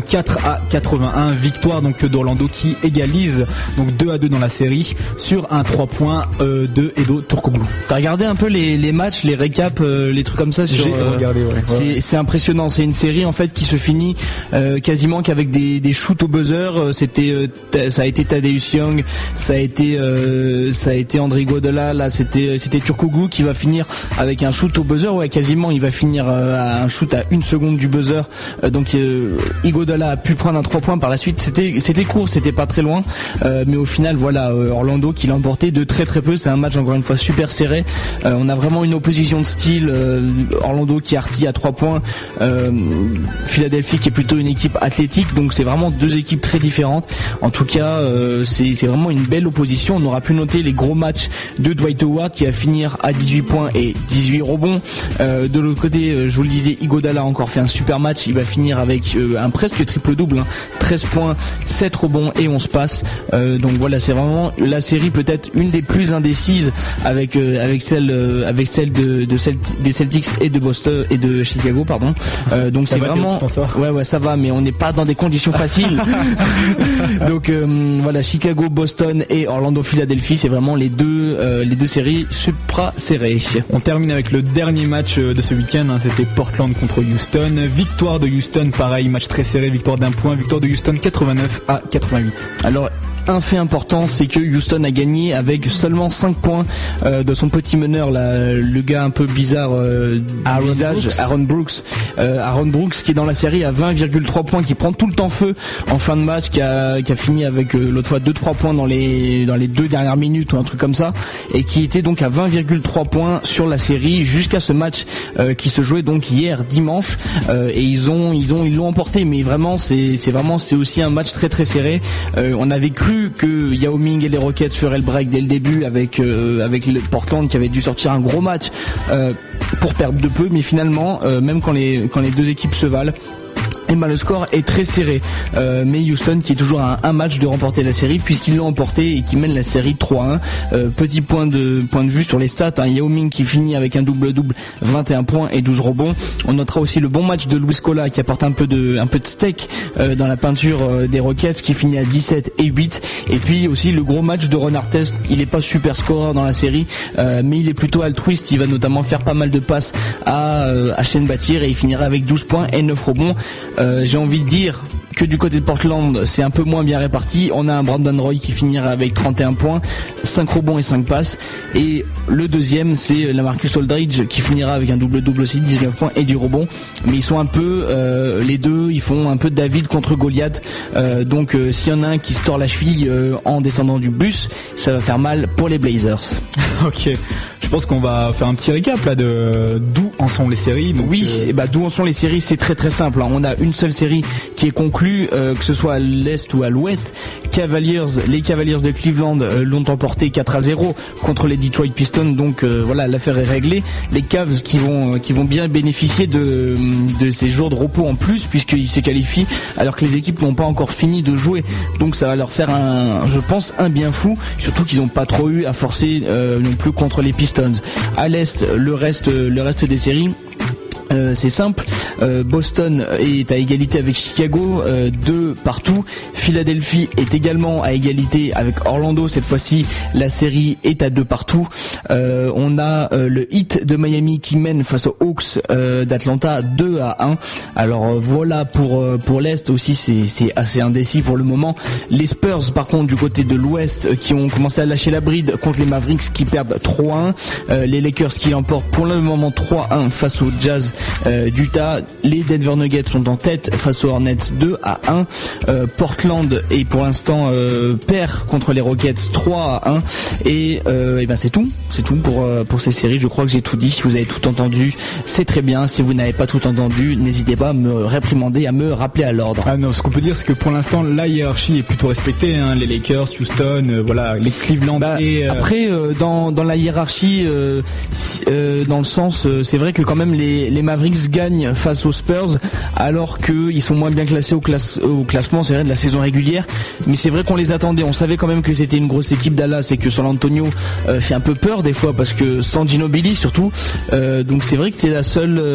84-81, victoire donc d'Orlando qui égalise donc 2-2 dans la série sur un 3 points de Edo Turkoglu. T'as regardé un peu les matchs, les récaps, les trucs comme ça sur J'ai regardé, c'est impressionnant. C'est une série en fait qui se finit quasiment qu'avec des shoots au buzzer. Ça a été Tadeusz Young, ça a été André Iguodala. Là, c'était Turkoglu qui va finir avec un shoot au buzzer. Ouais, quasiment. Il va finir à un shoot à 1 seconde du buzzer. Donc Iguodala a pu prendre un 3 points par la suite. C'était court, c'était pas très loin. Mais au final, voilà, Orlando qui l'a emporté de très très peu. C'est un match encore une fois super serré. On a vraiment une opposition de style. Orlando qui artille à 3 points. Philadelphie qui est plutôt une équipe athlétique, donc c'est vraiment deux équipes très différentes. En tout cas, c'est vraiment une belle opposition. On aura pu noter les gros matchs de Dwight Howard qui va finir à 18 points et 18 rebonds. De l'autre côté, je vous le disais, Iguodala a encore fait un super match. Il va finir avec un presque triple-double, 13 points, 7 rebonds et 11 passes. Donc voilà, c'est vraiment la série peut-être une des plus indécises avec celle des Celtics et de Boston et de Chicago, pardon. Donc ça c'est vraiment ouais ça va, mais on n'est pas dans des conditions faciles. Donc voilà, Chicago, Boston et Orlando, Philadelphie, c'est vraiment les deux séries supra serrées. On termine avec le dernier match de ce week-end, c'était Portland contre Houston. Victoire de Houston, pareil, match très serré, victoire d'un point, victoire de Houston 89-88. Alors un fait important, c'est que Houston a gagné avec seulement 5 points de son petit meneur là, le gars un peu bizarre Aaron Brooks qui est dans la série à 20,3 points, qui prend tout le temps feu en fin de match, qui a fini avec l'autre fois 2-3 points dans les 2 dernières minutes ou un truc comme ça, et qui était donc à 20,3 points sur la série jusqu'à ce match qui se jouait donc hier dimanche, et ils l'ont emporté, mais vraiment c'est aussi un match très très serré. On avait cru que Yao Ming et les Rockets feraient le break dès le début avec le Portland qui avait dû sortir un gros match pour perdre de peu, mais finalement même quand les deux équipes se valent, Et ben le score est très serré, mais Houston qui est toujours à un match de remporter la série puisqu'ils l'ont emporté et qui mène la série 3-1. Petit point de vue sur les stats, Yao Ming qui finit avec un double-double, 21 points et 12 rebonds. On notera aussi le bon match de Luis Scola qui apporte un peu de steak dans la peinture des Rockets, qui finit à 17 et 8. Et puis aussi le gros match de Ron Artest. Il est pas super scoreur dans la série, mais il est plutôt altruiste. Il va notamment faire pas mal de passes à Shane Battier et il finira avec 12 points et 9 rebonds. J'ai envie de dire que du côté de Portland, c'est un peu moins bien réparti. On a un Brandon Roy qui finira avec 31 points, 5 rebonds et 5 passes. Et le deuxième, c'est LaMarcus Aldridge qui finira avec un double-double aussi, 19 points et du rebond. Mais ils sont un peu, les deux, ils font un peu David contre Goliath. Donc s'il y en a un qui se tord la cheville en descendant du bus, ça va faire mal pour les Blazers. Ok. Je pense qu'on va faire un petit récap là de d'où en sont les séries. Donc, oui, d'où en sont les séries, c'est très très simple. On a une seule série qui est conclue, que ce soit à l'est ou à l'ouest. Les Cavaliers de Cleveland l'ont emporté 4-0 contre les Detroit Pistons. Donc voilà, l'affaire est réglée. Les Cavs qui vont bien bénéficier de ces jours de repos en plus puisqu'ils se qualifient alors que les équipes n'ont pas encore fini de jouer. Donc ça va leur faire je pense un bien fou. Surtout qu'ils n'ont pas trop eu à forcer non plus contre les Pistons. À l'est, le reste des séries. C'est simple, Boston est à égalité avec Chicago, 2 partout. Philadelphie est également à égalité avec Orlando. Cette fois-ci, la série est à 2 partout. On a le Heat de Miami qui mène face aux Hawks d'Atlanta 2-1. Alors voilà pour l'Est aussi, c'est assez indécis pour le moment. Les Spurs par contre du côté de l'Ouest qui ont commencé à lâcher la bride contre les Mavericks qui perdent 3-1. Les Lakers qui emportent pour le moment 3-1 face aux Jazz d'Utah. Les Denver Nuggets sont en tête face aux Hornets 2-1. Portland est pour l'instant perd contre les Rockets 3-1. Et ben c'est tout pour ces séries. Je crois que j'ai tout dit. Si vous avez tout entendu, c'est très bien. Si vous n'avez pas tout entendu, n'hésitez pas à me réprimander, à me rappeler à l'ordre. Ah non, ce qu'on peut dire c'est que pour l'instant la hiérarchie est plutôt respectée, hein. Les Lakers, Houston, voilà, les Cleveland et après dans la hiérarchie dans le sens c'est vrai que quand même les Mavericks gagnent face aux Spurs alors qu'ils sont moins bien classés au classement, c'est vrai, de la saison régulière, mais c'est vrai qu'on les attendait. On savait quand même que c'était une grosse équipe Dallas et que San Antonio fait un peu peur des fois parce que sans Ginobili surtout, donc c'est vrai que c'est la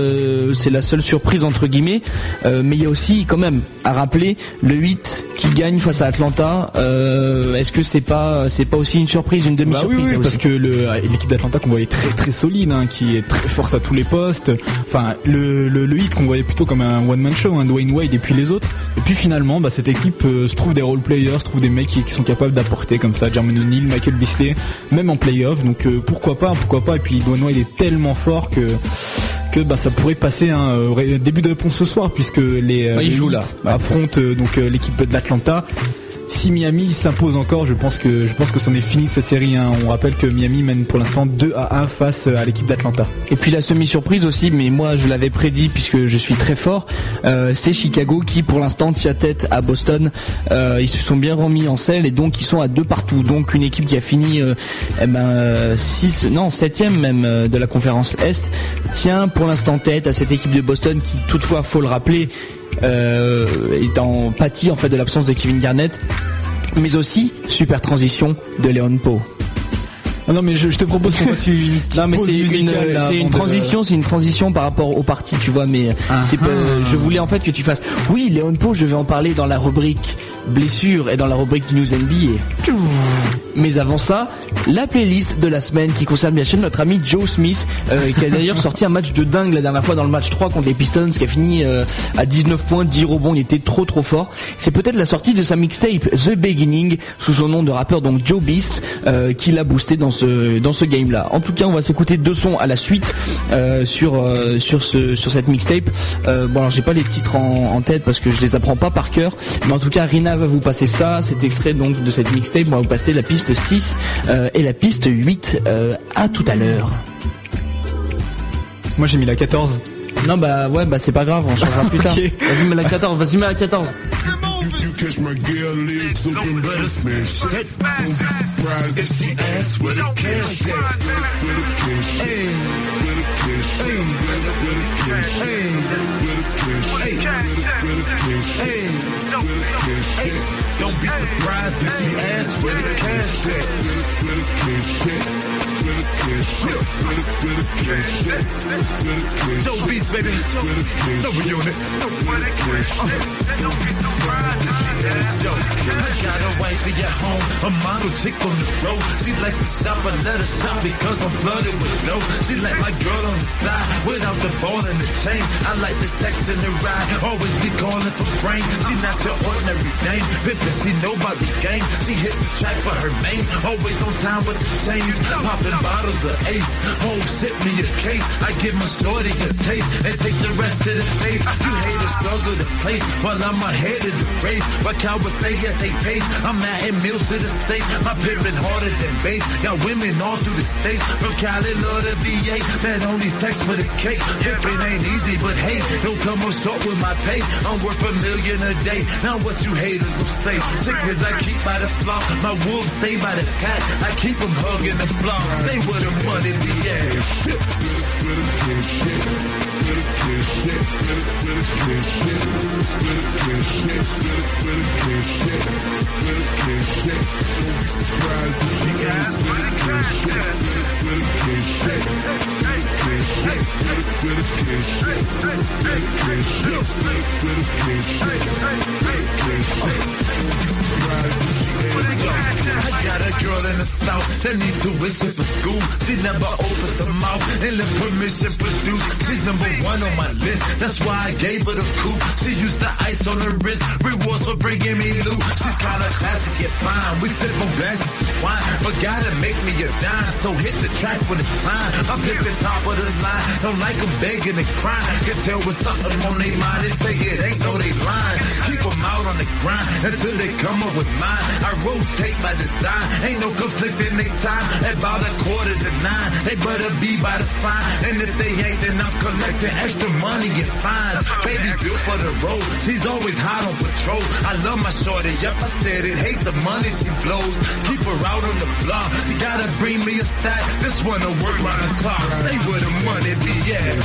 seule surprise entre guillemets, mais il y a aussi quand même à rappeler le 8 qui gagne face à Atlanta. Est-ce que c'est pas aussi une surprise, une demi-surprise? Oui, parce que l'équipe d'Atlanta qu'on voyait très très solide, hein, qui est très forte à tous les postes. Enfin, le hit qu'on voyait plutôt comme un one-man show, hein, Dwayne Wade et puis les autres. Et puis finalement, cette équipe se trouve des role players, se trouve des mecs qui sont capables d'apporter comme ça, Jermaine O'Neal, Michael Beasley, même en playoff. Donc pourquoi pas. Et puis Dwayne Wade est tellement fort que ça pourrait passer un début de réponse ce soir puisque les Heat affrontent donc l'équipe d'Atlanta. Si Miami s'impose encore, je pense que c'en est fini de cette série, hein. On rappelle que Miami mène pour l'instant 2-1 face à l'équipe d'Atlanta. Et puis la semi-surprise aussi, mais moi je l'avais prédit puisque je suis très fort, c'est Chicago qui pour l'instant tient tête à Boston. Ils se sont bien remis en selle et donc ils sont à 2 partout. Donc une équipe qui a fini 7ème même de la conférence Est tient pour l'instant tête à cette équipe de Boston qui toutefois, faut le rappeler, est en pâtit en fait de l'absence de Kevin Garnett, mais aussi super transition de Léon Pau. Non mais je te propose qu'on fasse une petite pause musicale. C'est une transition par rapport au parti, tu vois, mais je voulais en fait que tu fasses. Oui, Léon Pau, je vais en parler dans la rubrique blessure et dans la rubrique News NBA. Mais avant ça, la playlist de la semaine qui concerne bien sûr notre ami Joe Smith, qui a d'ailleurs sorti un match de dingue la dernière fois dans le match 3 contre les Pistons, qui a fini à 19 points, 10 rebonds, il était trop fort. C'est peut-être la sortie de sa mixtape The Beginning, sous son nom de rappeur donc Joe Beast, qui l'a boosté dans ce game là. En tout cas, on va s'écouter 2 sons à la suite sur cette mixtape. Bon alors j'ai pas les titres en tête parce que je les apprends pas par cœur, mais en tout cas Rina va vous passer ça, cet extrait donc de cette mixtape. On va vous passer la piste 6 et la piste 8. À tout à l'heure. Moi j'ai mis la 14. Non c'est pas grave, on changera plus tard. Okay. Vas-y mets la 14. Catch my girl legs open by the smash. Don't be surprised if she asks where the cash at. Where the cash Don't be surprised if she asks where the cash at. Joe Beast, baby. Double unit. Don't be surprised if she asks Joe. I got a wifey at home, a model chick on the road. She likes to shop, I let her shop because I'm flooded with dough. She like my girl on the side, without the ball and the chain. I like the sex and the ride, always be calling for brain. She not your ordinary dame, pimpin', she know about the game. She hit the track for her main, always on time with the change. Popping bottles of Ace, oh shit me a case. I give my shorty a taste and take the rest of the face. You haters struggle to place while I'm ahead of the race. But cowards stay at they pace, I'm adding meals to the state. My pimpin' harder than bass, got women all through the states. From Cali, love the VA, man only sex for the cake. Pimpin' ain't easy, but hey, don't come up short with my pay. I'm worth $1 million a day, now what you haters will say. Chickens I keep by the flock, my wolves stay by the pack. I keep them hugging the flock, stay where the money be at. I got a girl in the south that need tuition for school. She never opens her mouth unless permission produced. She's number one on my list, that's why I gave her the coupe. She used the ice on her wrist, rewards for bringing me loot. She's kinda classic yet fine, we sip on glasses of wine, but gotta make me a dime, so hit the track when it's time. I'm at the top of the line, don't like them begging and crying. Can tell with something on their mind, they say it ain't no they lying. Keep them out on the grind until they come up with mine. I rotate by design, ain't no conflict in their time. About 8:45, they better be by the sign. And if they ain't, then I'm collecting extra money and fines. Baby built for the road, she's always hot on patrol. I love my shorty, yep I said it, hate the money she blows. Keep her out on the block, she gotta bring me a stack. This one will work round the clock, stay where the money be at.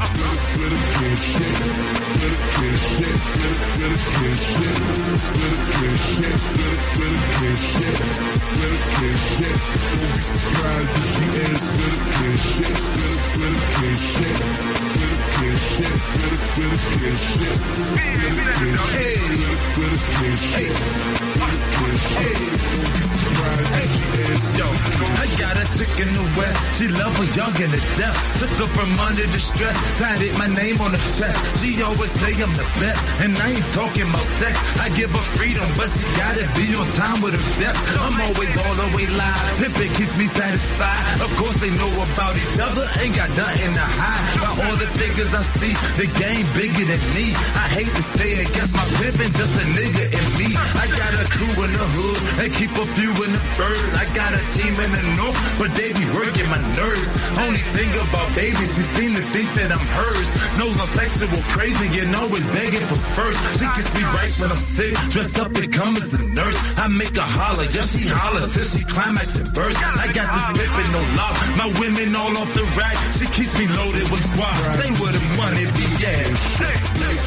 Yo, I got a chick in the West, she love her young and to death. Took her from under distress, tatted my name on the chest. She always say I'm the best, and I ain't talking about sex. I give her freedom, but she gotta be on time with her depth. I'm always all the way live, Pippin keeps me satisfied. Of course they know about each other, ain't got nothing to hide. By all the figures I see, the game bigger than me. I hate to say it, guess my pimpin' just a nigga and me. I got a crew in the hood, and keep a few in the birds. I got a team in the north, but they be working my nerves. Only thing about baby, she seem to think that I'm hers. Knows I'm sexual crazy and always begging for first. She gets me right when I'm sick, dressed up and come as a nurse. I make her holler, yeah she holler till she climax and burst. I got this pimpin' no lock, my women all off the rack. She keeps me loaded with swap, stay where the money be at.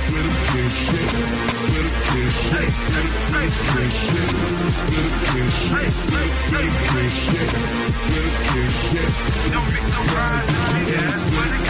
Don't be surprised, yeah, when it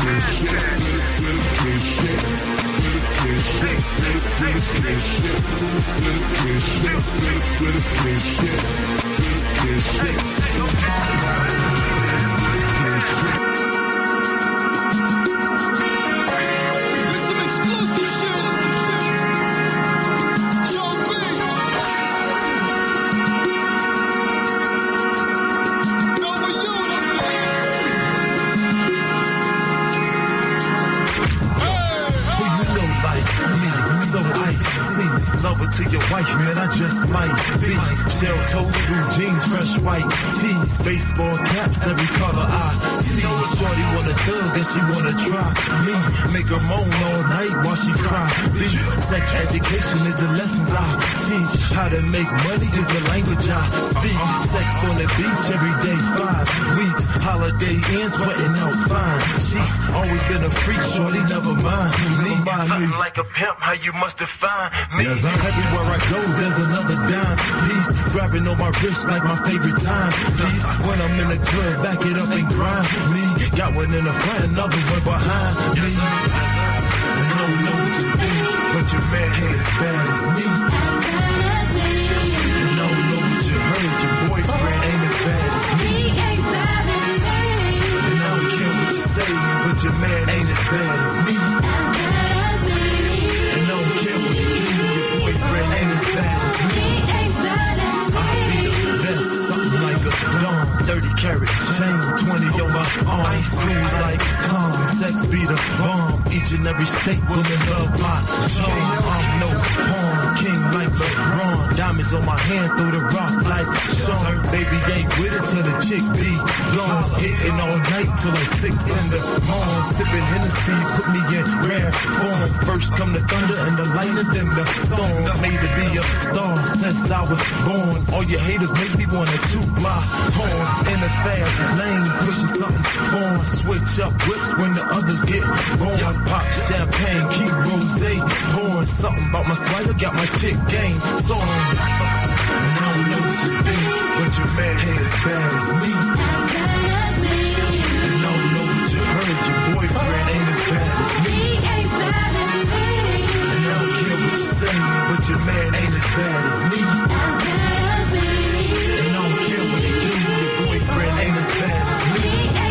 to your wife, man, I just might be. She'll toes, blue jeans, fresh white tees, baseball caps, every color I see. Shorty want a thug and she wanna try me. Make her moan all night while she cry. Please, sex education is the lessons I teach. How to make money is the language I speak. Sex on the beach every day, 5 weeks. Holiday in, sweating out fine sheets. Always been a freak, shorty, never mind me. Something like a pimp, how you must define me. Yes, everywhere I go, there's another dime piece. Grabbing on my wrist like my favorite time piece. When I'm in the club, back it up and grind me. Got one in the front, another one behind me. I don't know what you think, but your man ain't as bad as me. And I don't know what you heard, your boyfriend ain't as bad as me. And I don't care what you say, but your man ain't as bad as me. And I don't care what you do, your boyfriend ain't as bad as me. I'll be the best, something like a dawn. 30 carat chain, 20 on my arm. Schools like Tom, sex be the bomb. Each and every state women love my charm. I'm no pawn, king like LeBron. Diamonds on my hand, throw the rock like Sean. Baby ain't with it till the chick be gone. Hitting all night till like 6 in the morning. Sipping Hennessy, put me in rare form. First come the thunder and the lightning, then the storm. Made to be a star since I was born. All your haters make me wanna toot my horn. In a fast lane, pushing something foreign. Switch up whips when the others get born. Pop champagne, keep rosé pouring. Something about my swagger got my chick game soaring. And I don't know what you think, but your man ain't as bad as me. And I don't know what you heard, your boyfriend ain't as bad as me. And I don't care what you say, but your man ain't as bad as me. And I don't care what he do, your boyfriend ain't as bad as me.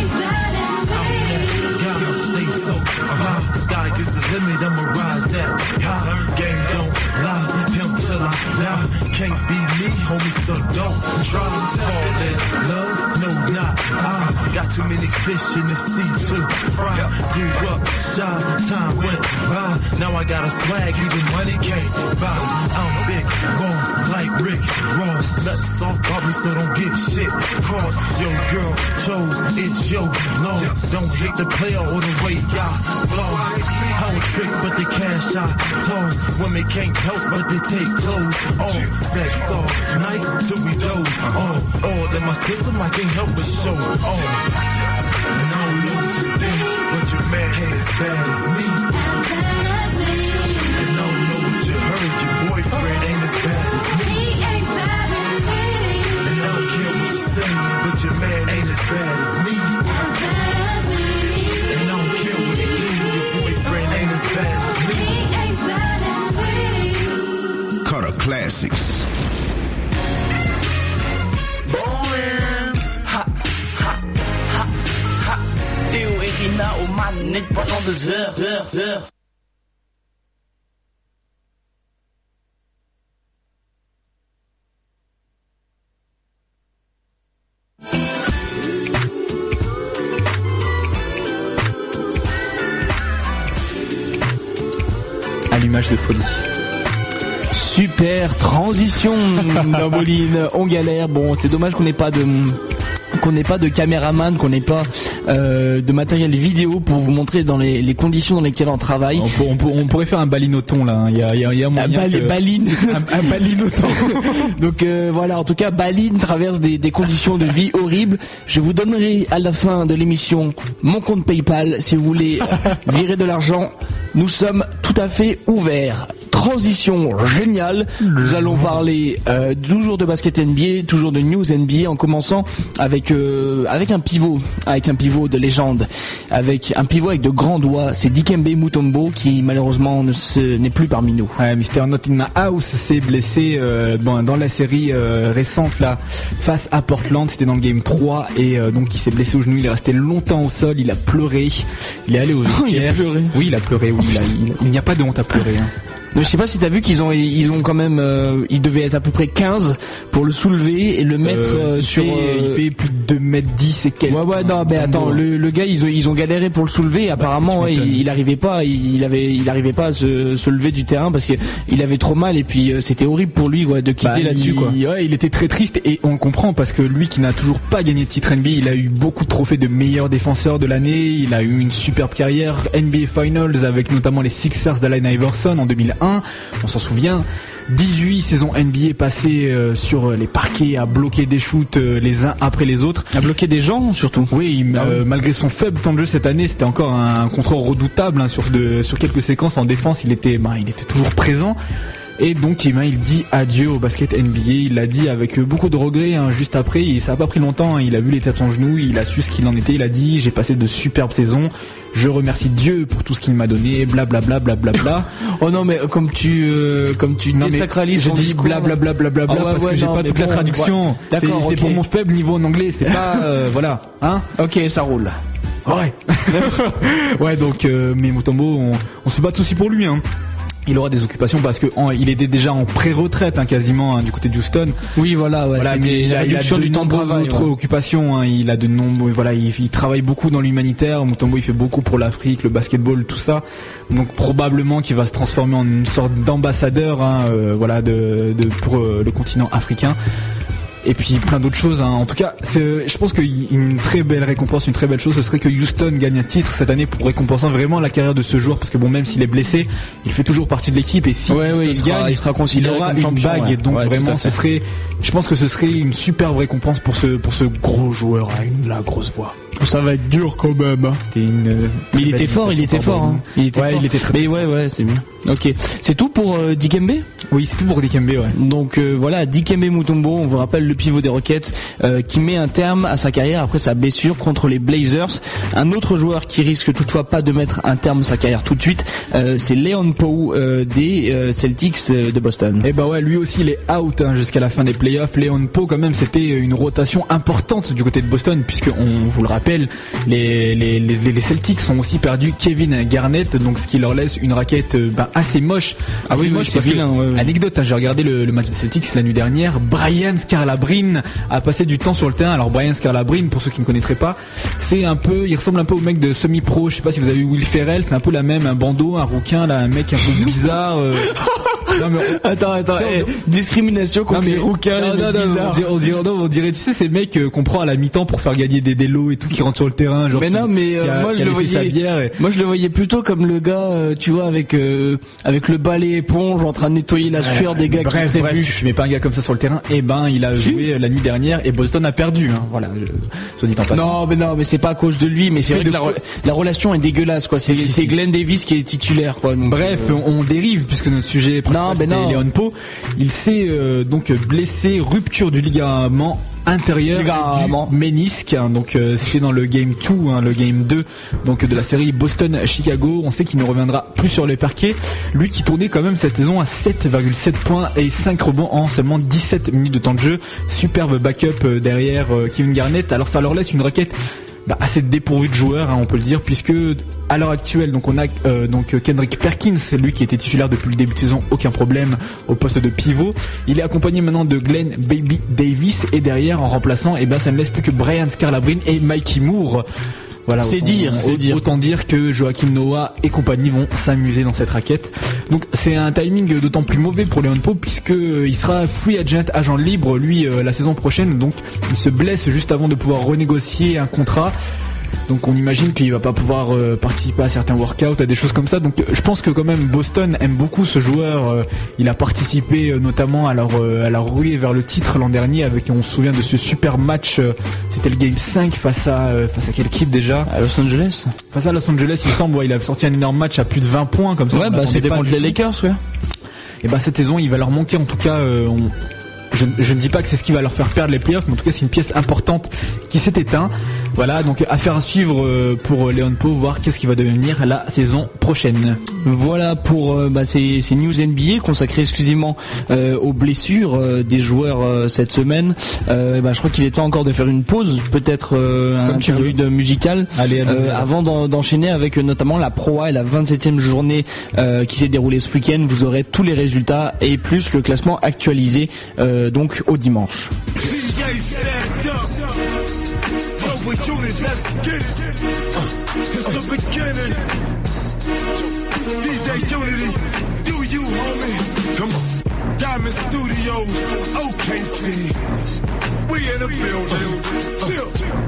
Gotta stay so fly, sky is the limit, I'ma rise that high. Game don't lie, pimp till I die. Can't be me, homie, so don't try. Fall in love, no not I. Got too many fish in the sea to fry. Grew up shy, time went by. Now I got a swag, even money can't buy. I'm big boss, like Rick Ross. Nothing soft about me, so don't get shit crossed. Your girl chose, it's your loss. Don't hate the player or the way y'all floss. I don't trick, but the cash I toss. Women can't help, but they take clothes. All sex all night till we doze. All in my system, I can't help but show off. And I don't know what you think, but your man ain't as bad as me. And I don't know what you heard, your boyfriend ain't as bad as me. And I don't care what you say, but your man ain't as bad as me. And I don't care what he do, your boyfriend ain't as bad as me. Cutter Classics. Théo et Rina aux manettes pendant 2 heures. Allumage de folie. Super transition dans Moline, on galère. Bon, c'est dommage qu'on n'ait pas de caméraman, qu'on n'ait pas de matériel vidéo pour vous montrer dans les conditions dans lesquelles on travaille. On pourrait faire un balinoton là. Il y a moyen Baline. un balinoton. Donc voilà, en tout cas, Baline traverse des conditions de vie horribles. Je vous donnerai à la fin de l'émission mon compte PayPal si vous voulez virer de l'argent. Nous sommes tout à fait ouverts. Transition géniale. Nous allons parler toujours de basket NBA, toujours de news NBA, en commençant avec un pivot de légende, avec un pivot avec de grands doigts. C'est Dikembe Mutombo qui malheureusement n'est plus parmi nous. Ouais, Mr. Not in My House s'est blessé dans la série récente là face à Portland. C'était dans le game 3 et donc il s'est blessé au genou. Il est resté longtemps au sol. Il a pleuré. Il est allé au vestiaire. Il a pleuré. Oui, il a pleuré. Oui, il n'y a pas de honte à pleurer. Hein. Mais je sais pas si t'as vu qu'ils ont quand même, ils devaient être à peu près 15 pour le soulever et le mettre sur. Il fait plus de 2m10 et quelques. Ouais, non, mais attends, le gars, ils ont galéré pour le soulever. Apparemment, il arrivait pas à se lever du terrain parce qu'il avait trop mal et puis c'était horrible pour lui, de quitter là-dessus, quoi. Ouais, il était très triste et on le comprend parce que lui qui n'a toujours pas gagné de titre NBA, il a eu beaucoup de trophées de meilleur défenseur de l'année. Il a eu une superbe carrière NBA Finals avec notamment les Sixers d'Allen Iverson en 2001. On s'en souvient. 18 saisons NBA passées sur les parquets à bloquer des shoots les uns après les autres. À bloquer des gens surtout. Oui, malgré son faible temps de jeu cette année, c'était encore un contrôle redoutable sur quelques séquences en défense. Il était toujours présent. Et donc il dit adieu au basket NBA. Il l'a dit avec beaucoup de regrets juste après. Et ça a pas pris longtemps. Il a vu les têtes en genoux. Il a su ce qu'il en était. Il a dit j'ai passé de superbes saisons. Je remercie Dieu pour tout ce qu'il m'a donné. Blablabla. Oh non mais comme tu désacralises. Je dis blablabla parce que j'ai pas toute la traduction. Ouais. D'accord, c'est pour mon faible niveau en anglais. C'est pas voilà. Hein. Ok, ça roule. Ouais. Ouais donc mais Mutombo, on se fait pas de soucis pour lui. Il aura des occupations parce que il était déjà en pré-retraite quasiment du côté de Houston. Oui voilà mais il a de nombreuses autres occupations. Il a de nombreux il travaille beaucoup dans l'humanitaire. Mutombo il fait beaucoup pour l'Afrique, le basketball, tout ça. Donc probablement qu'il va se transformer en une sorte d'ambassadeur pour le continent africain. Et puis plein d'autres choses. En tout cas, je pense qu'une très belle récompense, une très belle chose, ce serait que Houston gagne un titre cette année pour récompenser vraiment la carrière de ce joueur. Parce que même s'il est blessé, il fait toujours partie de l'équipe. Et si Houston gagne, il aura une bague. Et donc vraiment, je pense que ce serait une superbe récompense pour ce gros joueur, la grosse voix. Ça va être dur quand même. Mais il était fort. Il était fort. Il était très. Mais ouais, c'est bien. Ok, c'est tout pour Dikembe. Oui, c'est tout pour Dikembe. Ouais. Donc voilà, Dikembe Mutombo, on vous rappelle le pivot des Rockets qui met un terme à sa carrière après sa blessure contre les Blazers. Un autre joueur qui risque toutefois pas de mettre un terme à sa carrière tout de suite, c'est Leon Powe des Celtics de Boston. Et lui aussi il est out jusqu'à la fin des playoffs. Leon Powe quand même c'était une rotation importante du côté de Boston puisque on vous le rappelle, les Celtics ont aussi perdu Kevin Garnett, donc ce qui leur laisse une raquette assez moche. Assez moche parce que anecdote, j'ai regardé le match des Celtics la nuit dernière. Brian Scalabrine a passé du temps sur le terrain. Alors Brian Scalabrine, pour ceux qui ne connaîtraient pas, il ressemble un peu au mec de semi-pro. Je sais pas si vous avez vu Will Ferrell, c'est un peu la même, un bandeau, un rouquin, là, un mec un peu bizarre. Non, mais attends, discrimination contre les rouquins, les mecs bizarres. On dirait, tu sais, ces mecs qu'on prend à la mi-temps pour faire gagner des lots et tout, qui rentrent sur le terrain, genre. Mais non, mais moi je le voyais plutôt comme le gars, tu vois, avec le balai éponge en train de nettoyer la sueur des gars qui trébuchent. Tu mets pas un gars comme ça sur le terrain. Il a joué la nuit dernière et Boston a perdu. Voilà, soit dit en passant. Non, mais c'est pas à cause de lui, mais c'est vrai que la relation est dégueulasse, quoi. C'est Glenn Davis qui est titulaire, quoi. Donc, bref, on dérive puisque notre sujet principal c'était Leon Powe. Il s'est donc blessé, rupture du ligament intérieur du ménisque. Donc c'était dans le game 2, le game 2 donc de la série Boston-Chicago. On sait qu'il ne reviendra plus sur les parquets. Lui qui tournait quand même cette saison à 7,7 points et 5 rebonds en seulement 17 minutes de temps de jeu. Superbe backup derrière Kevin Garnett. Alors ça leur laisse une raquette assez dépourvu de joueurs, on peut le dire, puisque à l'heure actuelle donc on a Kendrick Perkins, lui qui était titulaire depuis le début de saison, aucun problème au poste de pivot. Il est accompagné maintenant de Glenn Baby Davis et derrière en remplaçant, ça ne laisse plus que Brian Scalabrine et Mikey Moore. Voilà, autant dire que Joachim Noah et compagnie vont s'amuser dans cette raquette. Donc c'est un timing d'autant plus mauvais pour Leon Powe puisque il sera free agent libre lui la saison prochaine. Donc il se blesse juste avant de pouvoir renégocier un contrat. Donc on imagine qu'il va pas pouvoir participer à certains workouts, à des choses comme ça. Donc je pense que quand même Boston aime beaucoup ce joueur. Il a participé notamment à leur ruée vers le titre l'an dernier avec, on se souvient de ce super match, c'était le game 5 face à quelle équipe déjà? À Los Angeles. Face à Los Angeles, il me semble, il avait sorti un énorme match à plus de 20 points comme ça. Ouais, c'était contre les Lakers, ouais. Et cette saison, il va leur manquer en tout cas. Je ne dis pas que c'est ce qui va leur faire perdre les playoffs, mais en tout cas c'est une pièce importante qui s'est éteinte. Voilà, donc affaire à suivre pour Léon Pau, voir qu'est-ce qui va devenir la saison prochaine. Voilà pour ces news NBA consacrées exclusivement aux blessures des joueurs cette semaine. Je crois qu'il est temps encore de faire une pause, peut-être un interlude musical. Allez. Avant d'enchaîner avec notamment la Pro A et la 27e journée qui s'est déroulée ce week-end. Vous aurez tous les résultats et plus le classement actualisé donc au dimanche. DJ Unity, do you, homie? Come on. Diamond Studios, OKC. We in the building. Chill.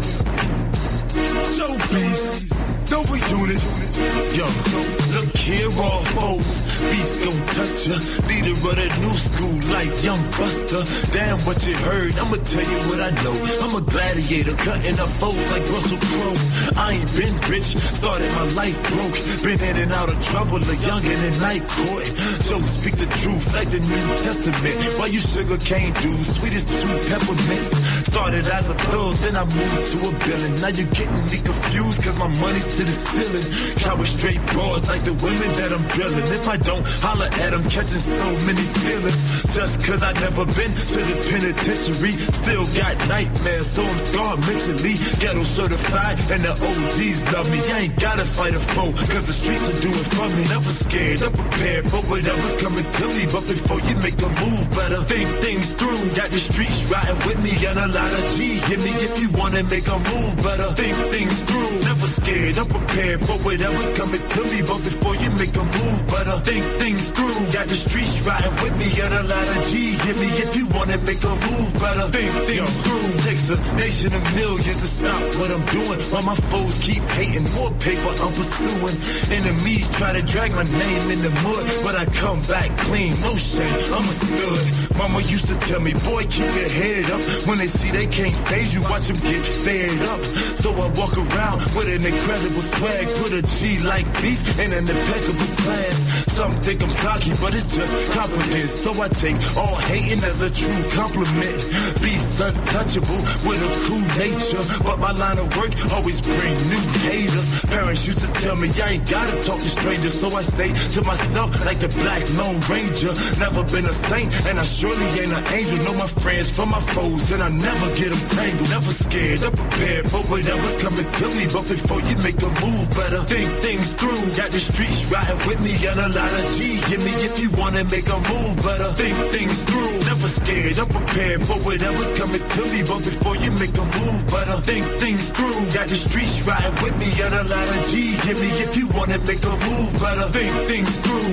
Showpiece, Nova Unit. Yo, look here, all foes. Beast gon' touch ya. Leader of that new school like Young Buster. Damn what you heard, I'ma tell you what I know. I'm a gladiator, cutting up foes like Russell Crowe. I ain't been rich, started my life broke. Been in and out of trouble, a youngin' in night court. So speak the truth like the New Testament. Why you sugar cane dudes, sweet as 2 peppermints. Started as a thug, then I moved to a villain. Now you're getting me confused, cause my money's to the ceiling. Coward straight broads like the women that I'm drilling. If I don't holler at them, catching so many feelings. Just cause I never been to the penitentiary. Still got nightmares, so I'm scarred mentally. Ghetto certified, and the OGs love me. I ain't gotta fight a foe, cause the streets will do it for me. Never scared, I'm prepared for whatever's coming to me. But before you make a move, better think things through. Got the streets riding with me, and a lot of G. Hit me if you wanna make a move, better think things through. Never scared, I'm prepared for whatever's coming to me. But before you make a move, better think things through. Got the streets riding with me, and a lot of G. Hit me if you wanna make a move, better think things through. Takes a nation of millions to stop what I'm doing. While my foes keep hating, more paper I'm pursuing. Enemies try to drag my name in the mud, but I come back clean, no shame, I'm a stud. Mama used to tell me, boy, keep your head up. When they see they can't phase you, watch them get fed up. So I walk around with an incredible swag, put a G like Beast in an impeccable class. Some think I'm cocky, but it's just confidence. So I take all hating as a true compliment. Beast untouchable with a cool nature, but my line of work always bring new haters. Parents used to tell me I ain't gotta talk to strangers, so I stay to myself like the Black Lone Ranger. Never been a saint, and I surely ain't an angel. Know my friends from my foes, and I never get them tangled. Never scared, I'm prepared for whatever's coming to me. But before you make a move, better think things through. Got the streets riding with me, and a lot of G. Hit me if you wanna make a move, better think things through. Never scared, I'm prepared for whatever's coming to me. But before you make a move, better think things through. Got the streets riding with me, and a lot of G. Hit me if you wanna make a move, better think things through.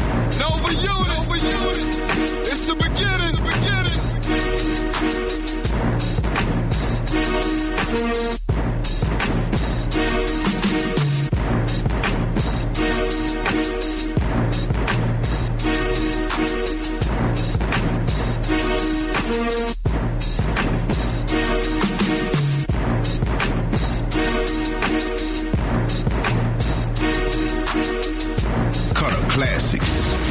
Nova Unit, it's the beginning, Classics.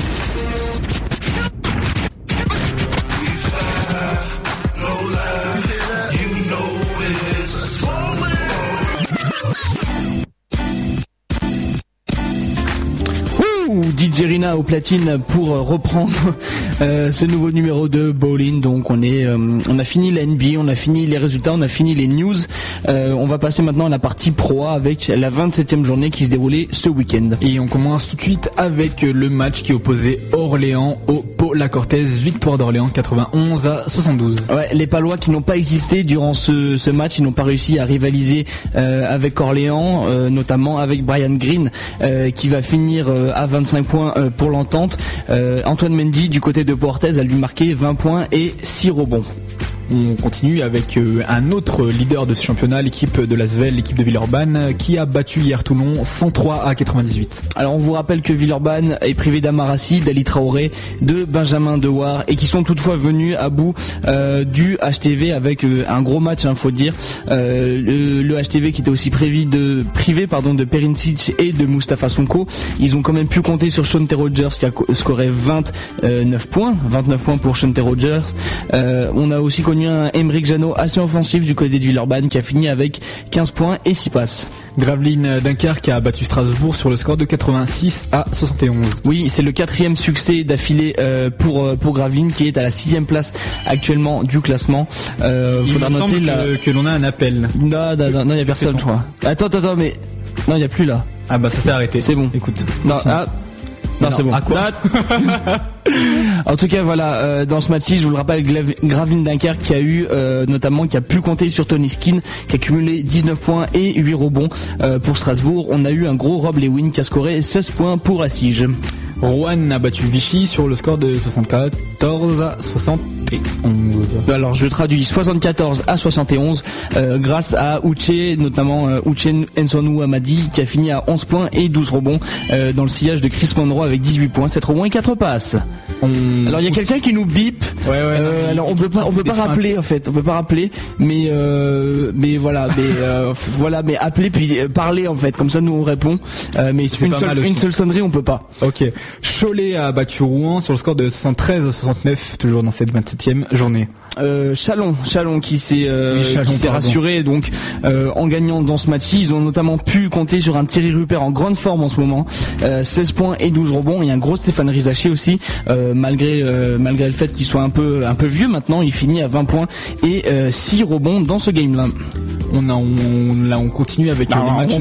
DJ Rina au platine pour reprendre ce nouveau numéro de Ballin. Donc on a fini la NBA, on a fini les résultats, on a fini les news. On va passer maintenant à la partie Pro A avec la 27e journée qui se déroulait ce week-end. Et on commence tout de suite avec le match qui opposait Orléans au Pau-La Cortez. Victoire d'Orléans 91-72. Ouais, les Palois qui n'ont pas existé durant ce match, ils n'ont pas réussi à rivaliser avec Orléans, notamment avec Brian Green qui va finir à 25 points pour l'entente. Antoine Mendy du côté de Portez a lui marqué 20 points et 6 rebonds. On continue avec un autre leader de ce championnat, l'équipe de l'Asvel, l'équipe de Villeurbanne, qui a battu hier Toulon 103-98. Alors on vous rappelle que Villeurbanne est privé d'Amarassi, d'Ali Traoré, de Benjamin Dewar et qui sont toutefois venus à bout du HTV avec un gros match, faut dire. Le HTV qui était aussi privé de Perincic et de Moustapha Sonko. Ils ont quand même pu compter sur Shante Rogers qui a scoré 29 points pour Shante Rogers. On a aussi connu connu un Aymeric Jeannot assez offensif du côté de Villeurbanne qui a fini avec 15 points et 6 passes. Gravelines Dunkerque a battu Strasbourg sur le score de 86-71. Oui, c'est le 4e succès d'affilée pour Gravelines qui est à la 6e place actuellement du classement. Faudra noter que l'on a un appel. Non, il y a personne, je crois. Attends, mais non, il y a plus là. Ah bah ça s'est arrêté. C'est bon. Écoute. Non, c'est bon. À quoi? En tout cas, voilà, dans ce match-ci, je vous le rappelle, Gravelines Dunkerque qui a eu notamment qui a pu compter sur Tony Skin, qui a cumulé 19 points et 8 rebonds pour Strasbourg. On a eu un gros Rob Lewin qui a scoré 16 points pour Assige. Rouen a battu Vichy sur le score de 74-71. Alors je traduis 74-71 grâce à Uche, notamment Uche Nsonu Amadi qui a fini à 11 points et 12 rebonds dans le sillage de Chris Monroe avec 18 points, 7 rebonds et 4 passes. Alors il y a quelqu'un qui nous bip. Alors on peut pas rappeler en fait, mais voilà, mais appeler puis parler en fait, comme ça nous on répond. Mais une seule sonnerie on peut pas. Ok. Cholet a battu Rouen sur le score de 73-69, toujours dans cette 27e journée. Chalon qui s'est rassuré donc en gagnant dans ce match. Ils ont notamment pu compter sur un Thierry Rupert en grande forme en ce moment, 16 points et 12 rebonds, et un gros Stéphane Rizaché aussi, malgré le fait qu'il soit un peu vieux maintenant. Il finit à 20 points et 6 rebonds dans ce game là. On continue avec les matchs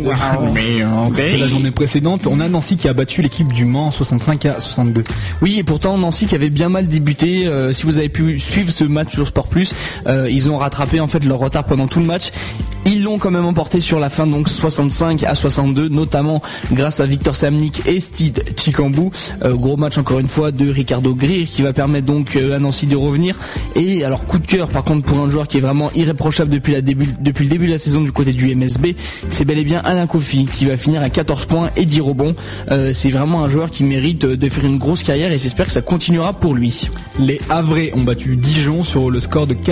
de la journée précédente. On a Nancy qui a battu l'équipe du Mans 65-62. Oui, et pourtant Nancy qui avait bien mal débuté. Si vous avez pu suivre ce match sur Sport Plus, ils ont rattrapé en fait leur retard pendant tout le match. Ils l'ont quand même emporté sur la fin, donc 65-62, notamment grâce à Victor Samnik et Steve Chikambou. Gros match encore une fois de Ricardo Greer qui va permettre donc à Nancy de revenir. Et alors coup de cœur par contre pour un joueur qui est vraiment irréprochable depuis le début de la saison du côté du MSB, c'est bel et bien Alain Kofi qui va finir à 14 points et 10 rebonds. C'est vraiment un joueur qui mérite de faire une grosse carrière et j'espère que ça continuera pour lui. Les Havrais ont battu Dijon sur le score de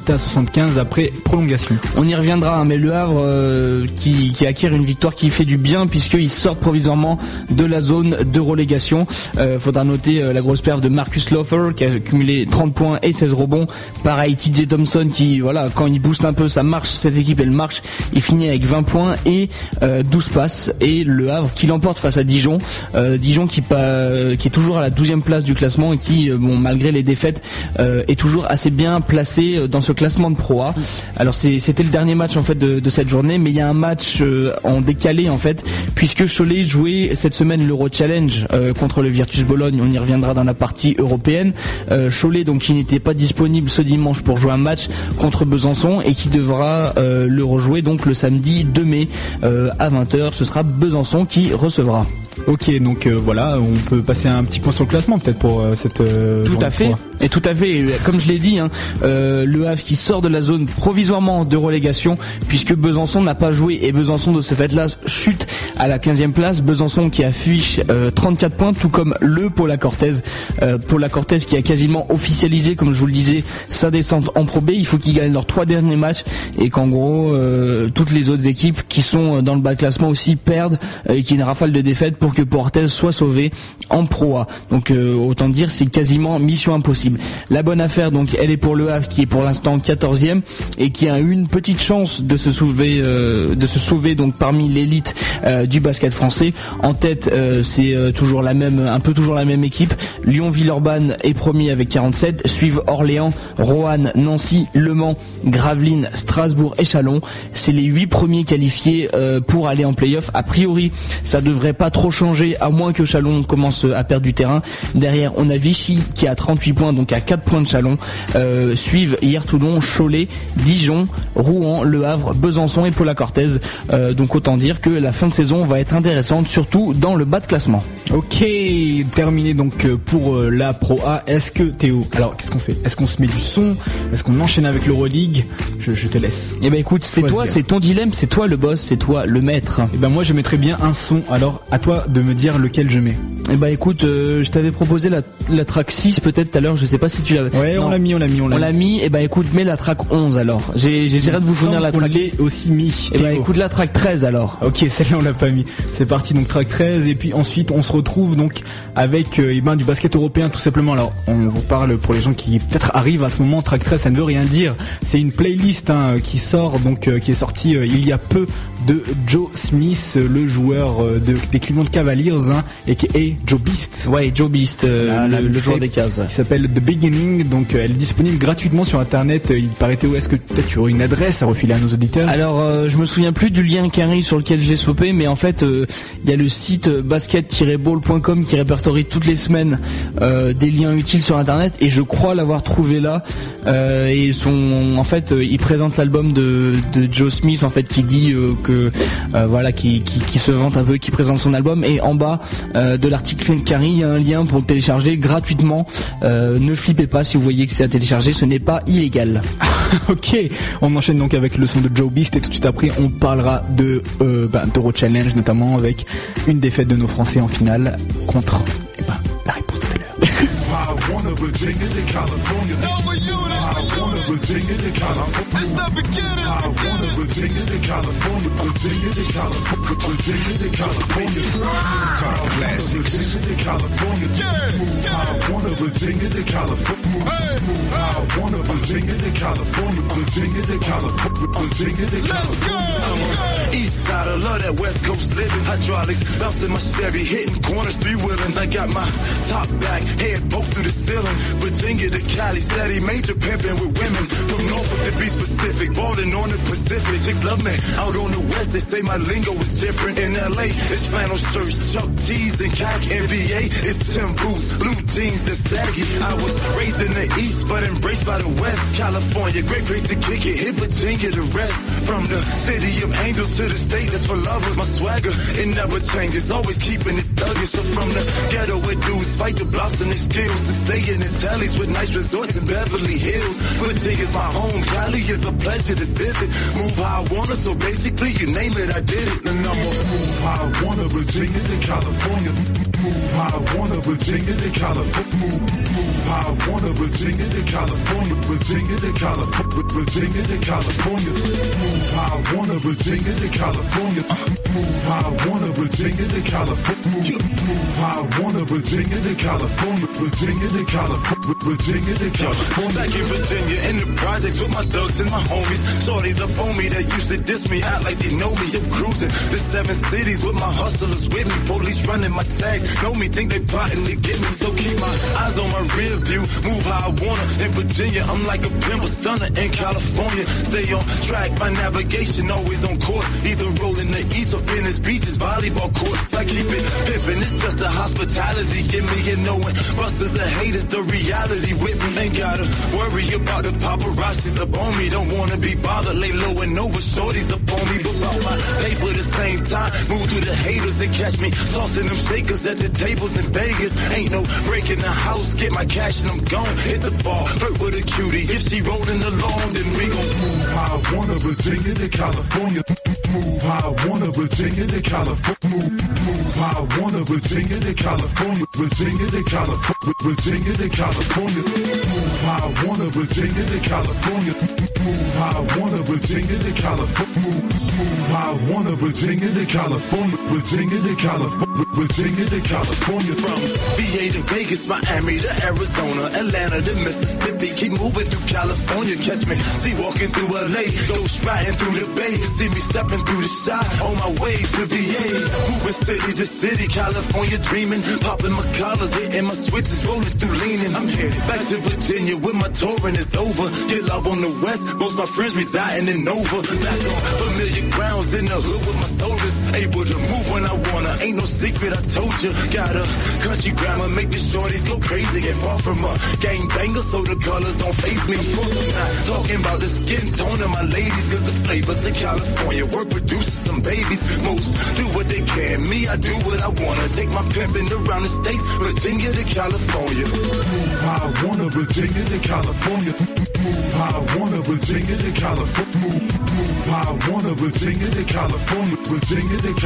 88-75 après prolongation. On y reviendra, mais le Havre qui acquiert une victoire qui fait du bien puisqu'ils sortent provisoirement de la zone de relégation. Faudra noter la grosse perf de Marcus Lofer qui a cumulé 30 points et 16 rebonds. Pareil, TJ Thompson qui, voilà, quand il booste un peu, ça marche, cette équipe elle marche. Il finit avec 20 points et 12 passes. Et le Havre qui l'emporte face à Dijon. Dijon qui est toujours à la 12e place du classement et qui, malgré les défaites, est toujours assez bien placé dans ce classement de Pro A. Alors c'était le dernier match en fait de cette journée, mais il y a un match en décalé en fait, puisque Cholet jouait cette semaine l'Euro Challenge contre le Virtus Bologne. On y reviendra dans la partie européenne. Cholet donc qui n'était pas disponible ce dimanche pour jouer un match contre Besançon et qui devra le rejouer donc le samedi 2 mai à 20h. Ce sera Besançon qui recevra. Ok, donc voilà, on peut passer un petit point sur le classement peut-être pour cette tout à fait. Et tout à fait, comme je l'ai dit, le Havre qui sort de la zone provisoirement de relégation puisque Besançon n'a pas joué et Besançon de ce fait-là chute à la 15e place. Besançon qui affiche 34 points, tout comme le Paula Cortez. Paula Cortez qui a quasiment officialisé, comme je vous le disais, sa descente en Pro B. Il faut qu'ils gagnent leurs 3 derniers matchs et qu'en gros toutes les autres équipes qui sont dans le bas de classement aussi perdent et qu'il y ait une rafale de défaites pour que Portez soit sauvé en Pro A. Donc autant dire c'est quasiment mission impossible. La bonne affaire donc elle est pour le Havre qui est pour l'instant 14e et qui a une petite chance de se sauver donc parmi l'élite du basket français. En tête c'est toujours un peu la même équipe. Lyon-Villeurbanne est premier avec 47, suivent Orléans, Roanne, Nancy, Le Mans, Gravelines, Strasbourg et Chalon. C'est les 8 premiers qualifiés pour aller en play-off. A priori ça devrait pas trop changer à moins que Chalon commence à perdre du terrain. Derrière on a Vichy qui a 38 points, donc à 4 points de Chalon. Suivent Hier-Toulon, Cholet, Dijon, Rouen, Le Havre, Besançon et Paula Cortez. Donc autant dire que la fin de saison va être intéressante, surtout dans le bas de classement. Ok, terminé donc pour la Pro A. Est-ce que Théo, alors qu'est-ce qu'on fait? Est-ce qu'on se met du son? Est-ce qu'on enchaîne avec l'Euroleague? Je te laisse. Eh ben écoute, c'est toi, c'est ton dilemme, c'est toi le boss, c'est toi le maître. Eh ben moi je mettrais bien un son, alors à toi de me dire lequel je mets. Eh ben écoute, je t'avais proposé la track 6 peut-être tout à l'heure, je sais pas si tu l'avais. Ouais, non. On l'a mis. Eh ben écoute, mets la track 11 alors. J'essaierai de vous fournir la track aussi mis. Eh ben écoute la track 13 alors. Ok, celle-là on l'a pas famille. C'est parti, donc track 13, et puis ensuite on se retrouve donc avec du basket européen tout simplement. Alors on vous parle pour les gens qui peut-être arrivent à ce moment, track 13 ça ne veut rien dire. C'est une playlist qui sort donc qui est sortie il y a peu de Joe Smith, le joueur des Cleveland Cavaliers, et qui est Joe Beast. Ouais, Joe Beast, le joueur des Cavs. Qui s'appelle The Beginning, donc elle est disponible gratuitement sur internet. Il paraît Théo, est-ce que peut-être tu aurais une adresse à refiler à nos auditeurs? Alors je me souviens plus du lien qui arrive sur lequel je l'ai swapé, mais en fait il y a le site basket-ball.com qui répertorie toutes les semaines des liens utiles sur internet, et je crois l'avoir trouvé là. Et il présente l'album de Joe Smith en fait, qui dit qui se vante un peu, qui présente son album, et en bas de l'article Carrie il y a un lien pour le télécharger gratuitement. Ne flippez pas si vous voyez que c'est à télécharger, ce n'est pas illégal. Ok, on enchaîne donc avec le son de Joe Beast, et tout de suite après on parlera de d'Euro Challenge, notamment avec une défaite de nos Français en finale contre la réponse de Taylor. Virginia to California. It's the beginning. I want to Virginia to California. Virginia to California. Virginia to California. Car classics. Virginia to California. Yeah. I want to Virginia to California. I want to Virginia to California. Virginia to California. Virginia to California. Let's go. East side, I love that West Coast living. Hydraulics, bouncing my Chevy, hitting corners, three-wheeling. I got my top back, head poked through the ceiling. Virginia to Cali, steady major pimping with women. From Norfolk to be specific, balling on the Pacific. Chicks love me. Out on the West, they say my lingo is different. In LA, it's flannel shirts, Chuck T's, and CAC. NBA, it's Tim Boots, blue jeans, that's saggy. I was raised in the East, but embraced by the West. California, great place to kick it. Hit Virginia to rest. From the city of angels to the state that's for lovers. My swagger, it never changes. Always keeping it thuggish. So from the ghetto where dudes fight to blossom their skills, to stay in the tallies with nice resorts in Beverly Hills. Virginia's my home. Cali is a pleasure to visit. Move how I wanna, so basically you name it, I did it. And I'ma move how I wanna. Virginia to California. Move how I wanna. Virginia to California. Move how I wanna. Virginia to California. Virginia to California. Virginia to California. Move how I wanna. Virginia to California. Move how I wanna. Virginia to California. Move how I wanna. Virginia to California. Virginia to California. Virginia to California. Back in Virginia, in the projects with my thugs and my homies. Shorties up on me that used to diss me out like they know me. I'm cruising the 7 cities with my hustlers with me. Police running my tags, know me, think they plotting to get me. So keep my eyes on my rear view. Move how I wanna. In Virginia, I'm like a pimple stunner. In California, stay on track. My navigation always on course. Either rolling the east or Venice beaches, volleyball courts. I keep it pimping. It's just the hospitality in me, and knowing busters and haters, the reality with me. Ain't gotta worry about the paparazzis up on me. Don't wanna be bothered, lay low and over shorties up on me. But about my paper the same time, move through the haters and catch me tossing them shakers at the tables in Vegas. Ain't no break in the house, get my cash and I'm gone. Hit the bar, flirt with a cutie. If she rolling along, then we gon' move how I wanna. Virginia to California. Move how I wanna. Virginia to California. Move how I wanna. Virginia to California. Virginia to California. Virginia to California. Move how I wanna. Virginia to California. Move how I wanna. Virginia to California. Move how I wanna. Virginia to California. Virginia to California. Virginia to California. From VA to Vegas, Miami to Arizona, Atlanta to Mississippi. Keep moving through California. Catch me, see walking through LA, ghost riding through the Bay. See me stepping through the shot on my way to VA. Moving city to city, California dreaming, popping my collars, hitting my switches, rolling through leaning. I'm headed back to Virginia when my touring is over. Get love on the west, most my friends residing in Nova. Back on familiar grounds in the hood with my soldiers, able to move when I wanna. Ain't no secret, I told you. Got a country grammar, make the shorties go crazy. And far from a gang banger, so the colors don't faze me. Of course I'm not talking about the skin tone of my ladies, cause the flavors in California work produces some babies. Most do what they can, me I do what I wanna. Take my pimpin' around the states, Virginia to California. Move how I wanna. Virginia to California. Move how I wanna. Virginia to California. Move how I wanna. Virginia to California. Virginia to California.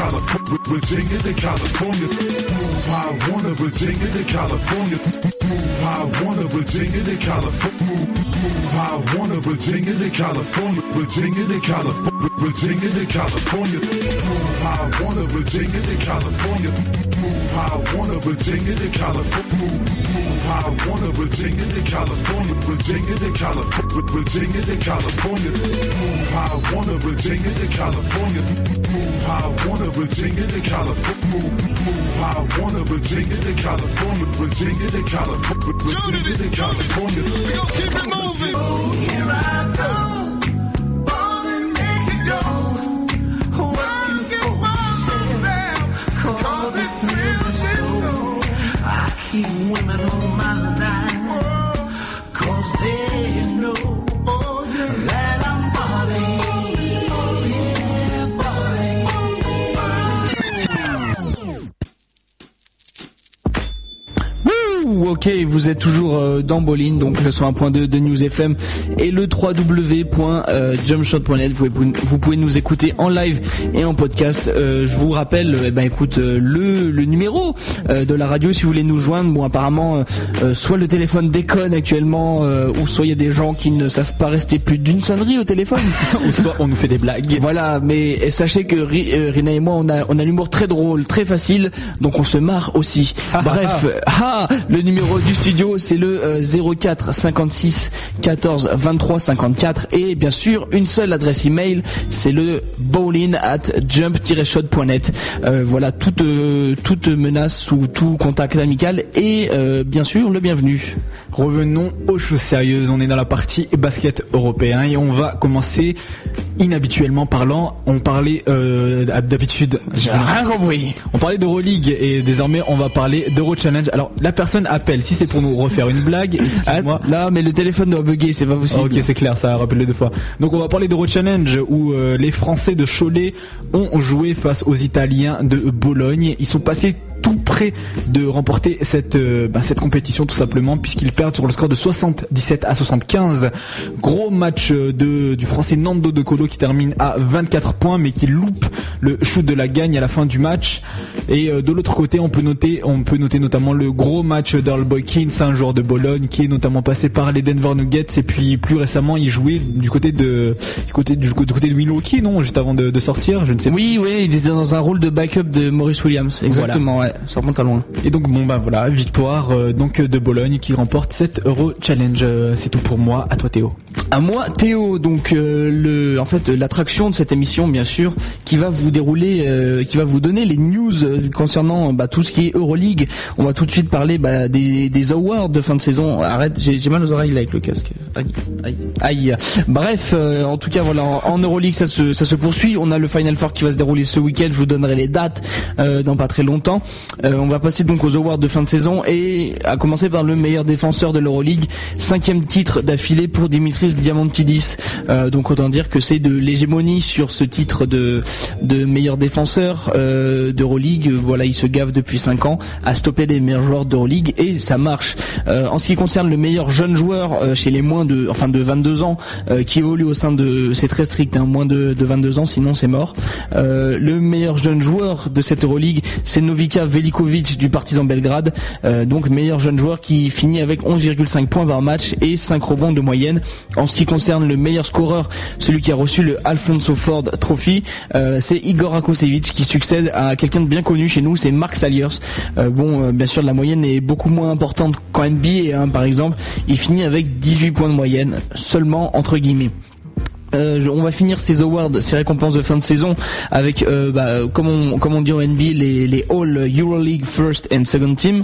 Virginia to California. Move how I wanna, Virginia to California. Move how I wanna, Virginia to California. Move how I wanna, Virginia to California. Virginia to California. Virginia to California. Move how I wanna, Virginia to California. Move how I wanna, Virginia to California. Move how I wanna, Virginia to California. Virginia to California. Virginia to California. Move how I wanna, Virginia to California. Move how I wanna, Virginia to California. Move how I wanna, Virginia to California. Virginia to California. Virginia to California. We gon' keep it moving. Here I go, ball and make it go. Working for myself, cause it feels so. I keep women on my line, cause they know that I'm balling. Ok, vous êtes toujours dans Ballin, donc le 101.2 de News FM et le www.jumpshot.net. Vous pouvez nous écouter en live et en podcast. Je vous rappelle, le numéro de la radio si vous voulez nous joindre. Bon, apparemment, soit le téléphone déconne actuellement, ou soit il y a des gens qui ne savent pas rester plus d'une sonnerie au téléphone, ou soit on nous fait des blagues. Voilà, mais sachez que Rina et moi, on a l'humour très drôle, très facile, donc on se marre aussi. Bref, le numéro du studio c'est le 04 56 14 23 54 et bien sûr une seule adresse email, c'est le ballin@jump-shot.net. Voilà, toute menace ou tout contact amical et bien sûr le bienvenu. Revenons aux choses sérieuses, on est dans la partie basket européen et on va commencer inhabituellement parlant. On parlait d'habitude, j'ai rien compris. On parlait d'Euroleague et désormais on va parler d'Eurochallenge. Alors la personne appelle, si c'est pour nous refaire une blague, excuse-moi. Là, mais le téléphone doit bugger, c'est pas possible. Ok, c'est clair, ça a rappelé deux fois. Donc on va parler d'Eurochallenge où les Français de Cholet ont joué face aux Italiens de Bologne. Ils sont passés tout près de remporter cette compétition tout simplement puisqu'ils perdent sur le score de 77-75. Gros match du français Nando De Colo qui termine à 24 points mais qui loupe le shoot de la gagne à la fin du match. Et de l'autre côté on peut noter notamment le gros match d'Earl Boykins, un joueur de Bologne qui est notamment passé par les Denver Nuggets et puis plus récemment il jouait du côté de Milwaukee, non, juste avant de sortir, je ne sais pas. Oui, il était dans un rôle de backup de Maurice Williams, exactement. Voilà. Ouais, ça remonte à loin. Et donc voilà, victoire donc de Bologne qui remporte cette Euro Challenge. C'est tout pour moi. À toi Théo. À moi Théo. Donc l'attraction de cette émission bien sûr qui va vous dérouler, qui va vous donner les news concernant tout ce qui est Euroleague. On va tout de suite parler des awards de fin de saison. Arrête, j'ai mal aux oreilles là avec le casque. Aïe. Bref, en tout cas voilà, en Euroleague ça se poursuit. On a le Final Four qui va se dérouler ce week-end. Je vous donnerai les dates dans pas très longtemps. On va passer donc aux awards de fin de saison et à commencer par le meilleur défenseur de l'Euroleague, 5e titre d'affilée pour Dimitris Diamantidis. Donc autant dire que c'est de l'hégémonie sur ce titre de meilleur défenseur d'Euroleague. Voilà, il se gave depuis 5 ans à stopper les meilleurs joueurs d'Euroleague et ça marche. En ce qui concerne le meilleur jeune joueur chez les moins de 22 ans qui évolue au sein de, c'est très strict, moins de 22 ans, sinon c'est mort. Le meilleur jeune joueur de cette Euroleague, c'est Novika Velikovic du Partizan Belgrade, donc meilleur jeune joueur qui finit avec 11,5 points par match et 5 rebonds de moyenne. En ce qui concerne le meilleur scoreur, celui qui a reçu le Alfonso Ford Trophy, c'est Igor Rakocevic qui succède à quelqu'un de bien connu chez nous, c'est Mark Saliers. Bien sûr la moyenne est beaucoup moins importante qu'en NBA, par exemple. Il finit avec 18 points de moyenne seulement entre guillemets. On va finir ces awards, ces récompenses de fin de saison avec comme on dit en NBA les All EuroLeague First and Second Team.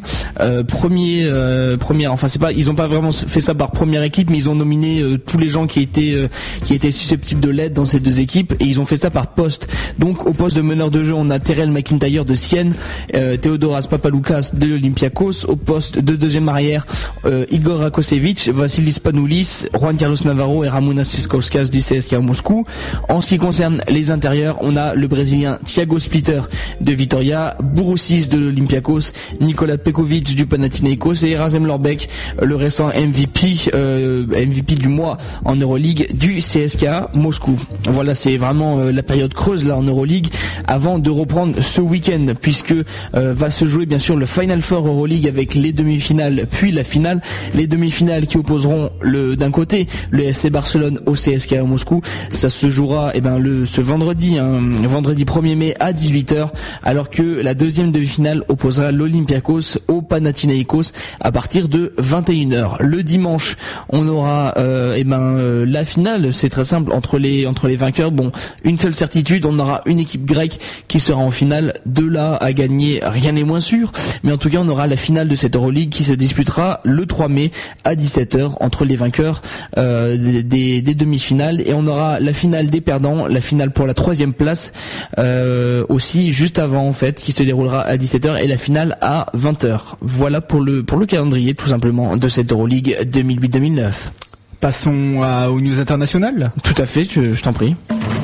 Ils ont pas vraiment fait ça par première équipe, mais ils ont nominé tous les gens qui étaient susceptibles de l'être dans ces deux équipes et ils ont fait ça par poste. Donc au poste de meneur de jeu, on a Terrell McIntyre de Sienne, Theodoras Papaloukas de l'Olympiakos. Au poste de deuxième arrière, Igor Rakocevic, Vassilis Panoulis, Juan Carlos Navarro et Ramona Siskauskas du CSKA CSKA Moscou. En ce qui concerne les intérieurs, on a le Brésilien Thiago Splitter de Vitória, Bouroussis de l'Olympiakos, Nikola Pekovic du Panathinaikos et Razem Lorbek, le récent MVP du mois en Euroleague du CSKA Moscou. Voilà, c'est vraiment la période creuse là en Euroleague avant de reprendre ce week-end, puisque va se jouer bien sûr le Final Four Euroleague avec les demi-finales puis la finale. Les demi-finales qui opposeront d'un côté le FC Barcelone au CSKA Moscou. Ça se jouera ce vendredi 1er mai à 18h, alors que la deuxième demi-finale opposera l'Olympiakos au Panathinaikos à partir de 21h. Le dimanche, on aura la finale, c'est très simple, entre les vainqueurs. Bon, une seule certitude, on aura une équipe grecque qui sera en finale. De là à gagner, rien n'est moins sûr, mais en tout cas on aura la finale de cette Euroleague qui se disputera le 3 mai à 17h entre les vainqueurs des demi-finales, et on aura la finale des perdants, la finale pour la 3e place aussi juste avant en fait, qui se déroulera à 17h, et la finale à 20h. Voilà pour le calendrier tout simplement de cette Euroleague 2008-2009. Passons aux news internationales. Tout à fait, je t'en prie.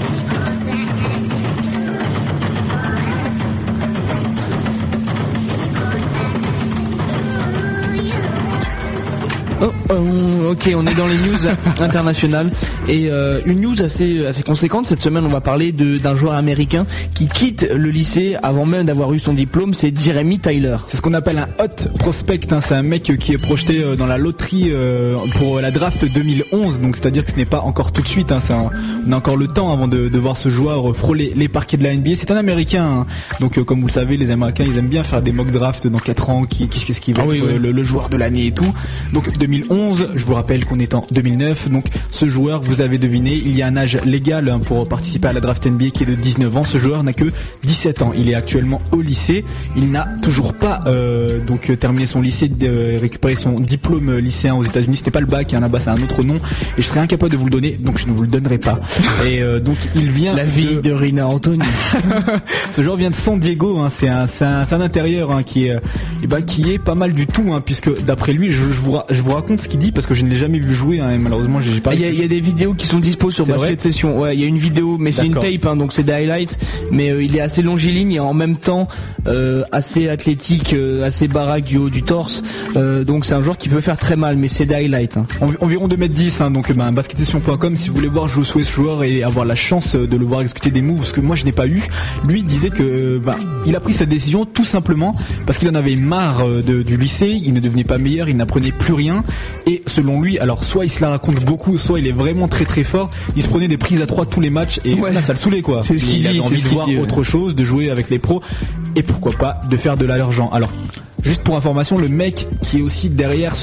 Ok, on est dans les news internationales et une news assez conséquente cette semaine. On va parler d'un joueur américain qui quitte le lycée avant même d'avoir eu son diplôme. C'est Jeremy Tyler. C'est ce qu'on appelle un hot prospect. C'est un mec qui est projeté dans la loterie pour la draft 2011. Donc c'est-à-dire que ce n'est pas encore tout de suite. On a encore le temps avant de voir ce joueur frôler les parquets de la NBA. C'est un Américain. Donc comme vous le savez, les Américains ils aiment bien faire des mock drafts dans 4 ans. Qu'est-ce qui va être le joueur de l'année et tout. Donc 2011, je vous rappelle qu'on est en 2009, donc ce joueur, vous avez deviné, il y a un âge légal pour participer à la draft NBA qui est de 19 ans. Ce joueur n'a que 17 ans, il est actuellement au lycée, il n'a toujours pas terminé son lycée, récupéré son diplôme lycéen aux États-Unis. C'était pas le bac, là-bas c'est un autre nom, et je serais incapable de vous le donner, donc je ne vous le donnerai pas. Et donc il vient la vie de Rina Anthony. Ce joueur vient de San Diego, c'est un intérieur qui est pas mal du tout, puisque d'après lui, je vous raconte ce qu'il dit parce que je ne l'ai jamais vu jouer, et malheureusement j'ai pas. Il y a des vidéos qui sont dispo sur Basket Session. Ouais, il y a une vidéo, mais c'est une tape, donc c'est des highlights. Mais il est assez longiligne et en même temps assez athlétique, assez baraque du haut du torse. Donc c'est un joueur qui peut faire très mal, mais c'est des highlights. Environ 2m10, donc basketsession.com si vous voulez voir jouer ce joueur et avoir la chance de le voir exécuter des moves, ce que moi je n'ai pas eu. Lui disait que il a pris cette décision tout simplement parce qu'il en avait marre du lycée, il ne devenait pas meilleur, il n'apprenait plus rien, et selon lui, alors soit il se la raconte beaucoup, soit il est vraiment très très fort, il se prenait des prises à 3 tous les matchs et là ça le saoulait quoi. C'est ce qu'il dit, il avait envie de voir autre chose, de jouer avec les pros et pourquoi pas de faire de l'argent. Alors juste pour information, le mec qui est aussi derrière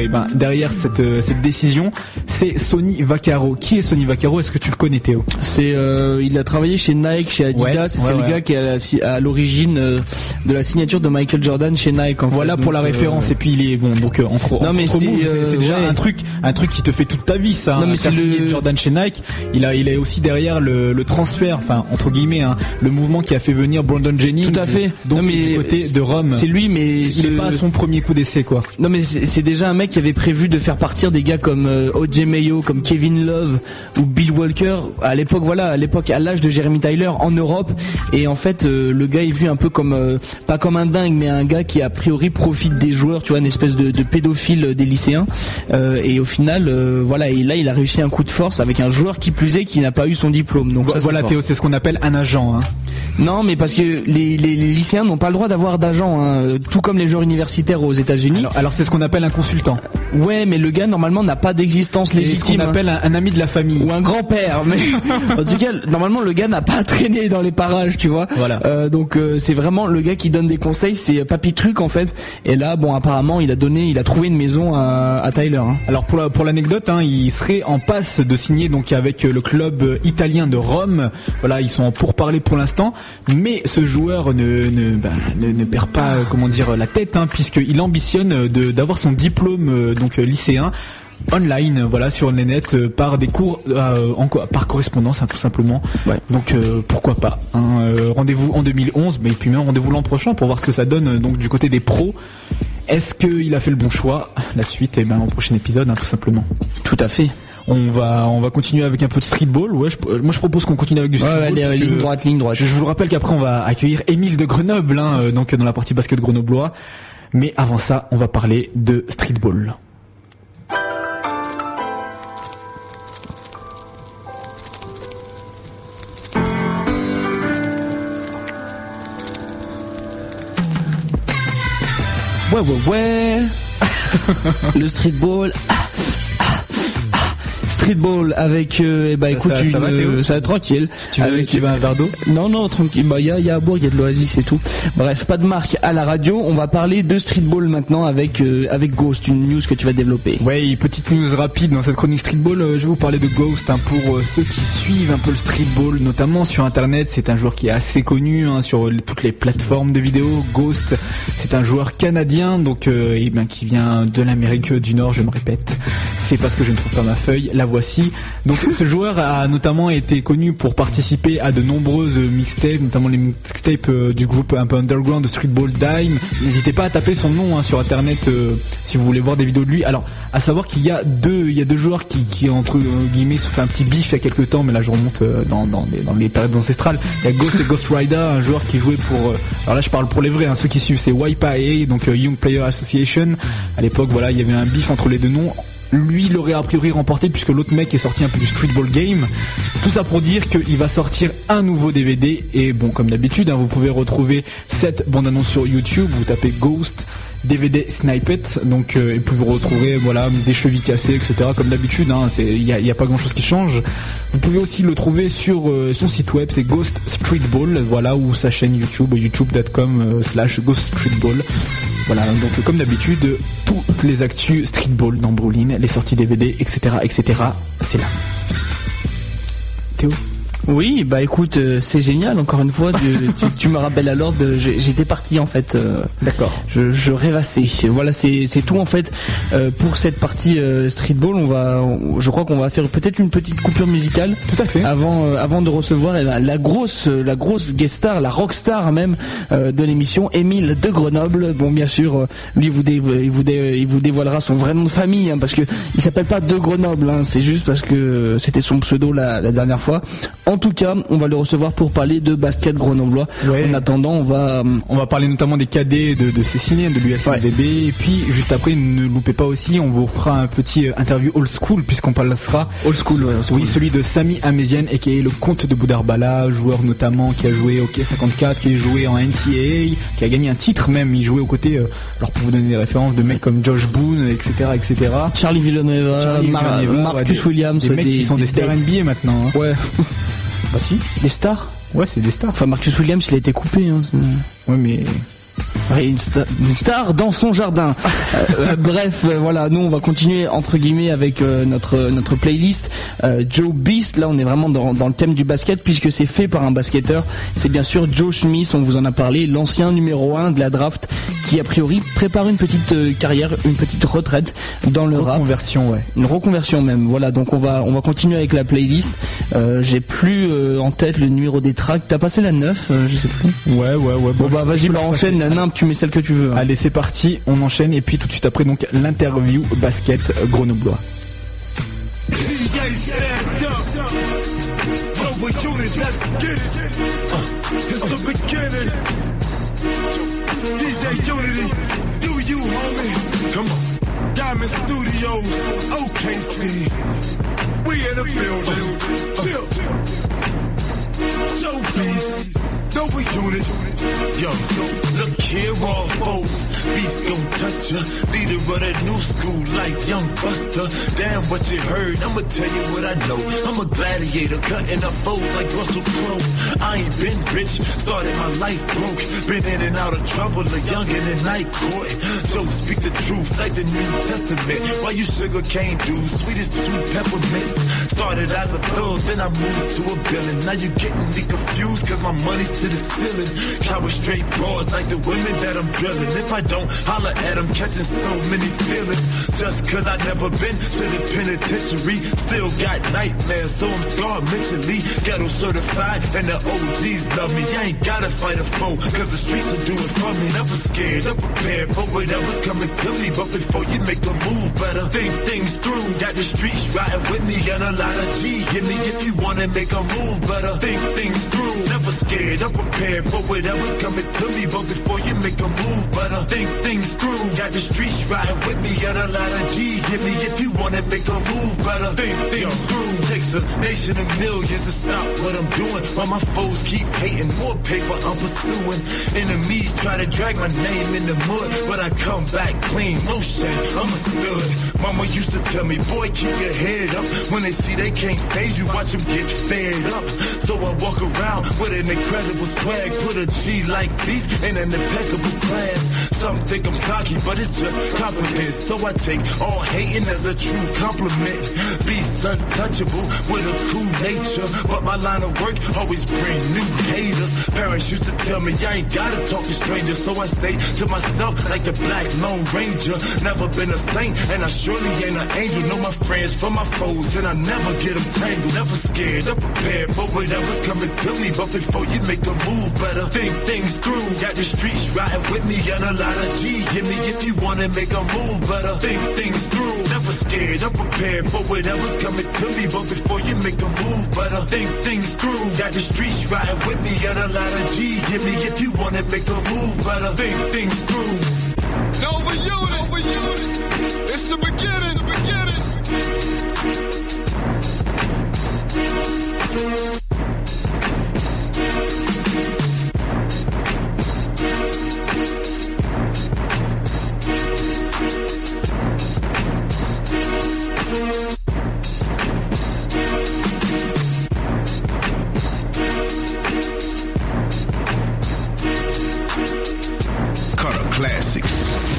cette décision, c'est Sonny Vaccaro. Qui est Sonny Vaccaro? Est-ce que tu le connais, Théo? Il a travaillé chez Nike, chez Adidas. C'est le gars qui est à l'origine de la signature de Michael Jordan chez Nike. Voilà pour la référence. Et puis il est c'est déjà un truc qui te fait toute ta vie, ça. C'est signé Jordan chez Nike. Il est aussi derrière le transfert, entre guillemets, le mouvement qui a fait venir Brandon Jennings. Tout à fait. Donc du côté de Rome. C'est lui, mais il est pas à son premier coup d'essai quoi. Non mais c'est déjà un mec qui avait prévu de faire partir des gars comme O.J. Mayo, comme Kevin Love ou Bill Walker à l'époque à l'âge de Jeremy Tyler en Europe, et en fait le gars est vu un peu comme pas comme un dingue, mais un gars qui a priori profite des joueurs, tu vois, une espèce de pédophile des lycéens, et au final et là il a réussi un coup de force avec un joueur qui plus est qui n'a pas eu son diplôme. Donc voilà Théo, c'est ce qu'on appelle un agent. Non mais parce que les lycéens n'ont pas le droit d'avoir d'agent, tout comme les joueurs universitaires aux États-Unis. Alors c'est ce qu'on appelle un consultant. Ouais, mais le gars normalement n'a pas d'existence légitime. C'est ce qu'on appelle un ami de la famille ou un grand-père. Mais en tout cas, normalement le gars n'a pas traîné dans les parages, tu vois. Voilà. Donc c'est vraiment le gars qui donne des conseils, c'est Papy Truc en fait. Et là, apparemment, il a trouvé une maison à Tyler. Alors pour l'anecdote, il serait en passe de signer donc avec le club italien de Rome. Voilà, ils sont en pourparlers pour l'instant, mais ce joueur ne perd pas la tête, puisqu'il ambitionne d'avoir son diplôme lycéen online, sur le net, par des cours par correspondance, tout simplement. Ouais. Donc pourquoi pas. Rendez-vous en 2011, mais puis même rendez-vous l'an prochain pour voir ce que ça donne donc du côté des pros. Est-ce qu'il a fait le bon choix? La suite, au prochain épisode, tout simplement. Tout à fait. On va continuer avec un peu de streetball. Ouais, moi je propose qu'on continue avec du streetball. Ouais, ligne droite. Je vous le rappelle qu'après on va accueillir Émile de Grenoble, donc dans la partie basket grenoblois. Mais avant ça, on va parler de streetball. Ouais. Le streetball. Streetball avec écoute, ça va tranquille. Tu veux un verre d'eau? Non, tranquille. Bah il y a à boire, il y a de l'oasis et tout. Bref, pas de marque à la radio. On va parler de streetball maintenant avec Ghost, une news que tu vas développer. Ouais, petite news rapide dans cette chronique streetball. Je vais vous parler de Ghost pour ceux qui suivent un peu le streetball, notamment sur internet. C'est un joueur qui est assez connu sur toutes les plateformes de vidéos. Ghost, c'est un joueur canadien, donc qui vient de l'Amérique du Nord. Je me répète, c'est parce que je ne trouve pas ma feuille. La voici. Donc ce joueur a notamment été connu pour participer à de nombreuses mixtapes, notamment les mixtapes du groupe un peu underground de Streetball Dime. N'hésitez pas à taper son nom sur internet si vous voulez voir des vidéos de lui. Alors, à savoir qu'il y a deux joueurs qui entre guillemets se fait un petit bif il y a quelques temps, mais là je remonte dans les périodes ancestrales. Il y a Ghost et Ghost Rider, un joueur qui jouait pour alors là je parle pour les vrais, ceux qui suivent, c'est YPA, donc Young Player Association. À l'époque, voilà, il y avait un bif entre les deux noms. Lui, il aurait a priori remporté puisque l'autre mec est sorti un peu du streetball game. Tout ça pour dire qu'il va sortir un nouveau DVD. Et bon, comme d'habitude, vous pouvez retrouver cette bande-annonce sur YouTube. Vous tapez Ghost DVD Snippet, donc et puis vous retrouverez des chevilles cassées, etc. Comme d'habitude, il y a pas grand-chose qui change. Vous pouvez aussi le trouver sur son site web, c'est Ghost Streetball, ou sa chaîne YouTube, youtube.com/Ghost Streetball. Voilà, donc comme d'habitude, toutes les actus streetball dans Brooklyn, les sorties DVD, etc., c'est là. Théo ? Oui, écoute, c'est génial. Encore une fois, tu me rappelles à l'ordre. J'étais parti en fait. D'accord. Je rêvassais. Voilà, c'est tout en fait pour cette partie streetball. Je crois qu'on va faire peut-être une petite coupure musicale. Tout à fait. Avant de recevoir la grosse guest star, la rockstar même de l'émission, Émile de Grenoble. Bon, bien sûr, lui il vous dévoilera son vrai nom de famille, parce que il s'appelle pas de Grenoble. C'est juste parce que c'était son pseudo la dernière fois. En tout cas, on va le recevoir pour parler de basket grenoblois. Ouais. En attendant, on va parler notamment des cadets de Cessiné, de l'USMDB. Ouais. Et puis, juste après, ne loupez pas aussi, on vous fera un petit interview old school, puisqu'on passera old school. Oui, celui de Sami Amézienne, et qui est le comte de Boudarbala, joueur notamment qui a joué au K54, qui a joué en NCAA, qui a gagné un titre même. Il jouait aux côtés, alors pour vous donner des références, de mecs comme Josh Boone, etc. Charlie Villanueva, Marcus Williams. Des mecs qui sont des stars NBA maintenant. Ouais. Bah si. Des stars ? Ouais, c'est des stars. Enfin, Marcus Williams, il a été coupé. Ouais, mais... Ouais, une star dans son jardin. Bref, voilà, nous on va continuer entre guillemets avec notre playlist Joe Beast. Là on est vraiment dans le thème du basket, puisque c'est fait par un basketteur. C'est bien sûr Joe Smith, on vous en a parlé, l'ancien numéro 1 de la draft, qui a priori prépare une petite carrière, une petite retraite dans le rap. Une reconversion même. Voilà, donc on va continuer avec la playlist. J'ai plus en tête le numéro des tracks. T'as passé la 9, je sais plus. Ouais. Bon bah vas-y, enchaîne la nimpe, tu mets celle que tu veux. Allez, c'est parti, on enchaîne, et puis tout de suite après, donc l'interview basket grenoblois. Diamond Studios, OKC. We in the building. Chill. Joe Beast. Nova unit. Yo, look here, all folks. Beast gon' touch ya. Leader of that new school like Young Buster. Damn what you heard, I'ma tell you what I know. I'm a gladiator, cutting up foes like Russell Crowe. I ain't been rich, started my life broke. Been in and out of trouble, a youngin' in night court. So speak the truth like the New Testament. Why you sugar cane dudes, sweet as 2 peppermints. Started as a thug, then I moved to a villain. Now you getting me confused, cause my money's to the ceiling. Shower straight straight bras like the women that I'm drilling. If I don't holler at them, catching so many feelings. Just cause I never been to the penitentiary. Still got nightmares, so I'm scarred mentally. Ghetto certified and the OGs love me. I ain't gotta fight a foe, cause the streets will do it for me. Never scared, I'm prepared for whatever's coming to me. But before you make a move, better think things through. Got the streets riding with me and a lot of G. Hit me if you wanna make a move, better think things through. Never scared, I'm prepared for whatever's coming to me. But before you make a move, better think things through. Got the streets riding with me and a lot of G. Hit me if you wanna make a move, better think things through. Takes a nation of millions to stop what I'm doing. While my foes keep hating, more paper I'm pursuing. Enemies try to drag my name in the mud, but I come back clean, no shame, I'm a stud. Mama used to tell me, boy, keep your head up. When they see they can't phase you, watch them get fed up. So I walk around with an incredible swag. Put a G like these in an impeccable class. Some think I'm cocky, but it's just confidence. So I take all hating as a true compliment. Be untouchable with a cool nature, but my line of work always bring new haters. Parents used to tell me I ain't gotta talk to strangers, so I stay to myself like the Black Lone Ranger. Never been a saint, and I surely ain't an angel. Know my friends from my foes, and I never get them tangled. Never scared, I'm prepared for whatever's coming to me. But before you make a move, better think things through. Got the streets riding with me and a lot of G. Hit me if you wanna make a move, better think things through. Never scared, I'm prepared for whatever's coming to me. But before you make a move, better think things through. Got the streets riding with me and a lot of G. Hit me if you wanna make a move, better think things through. Nova Unit, it's the beginning, Cutter Classics.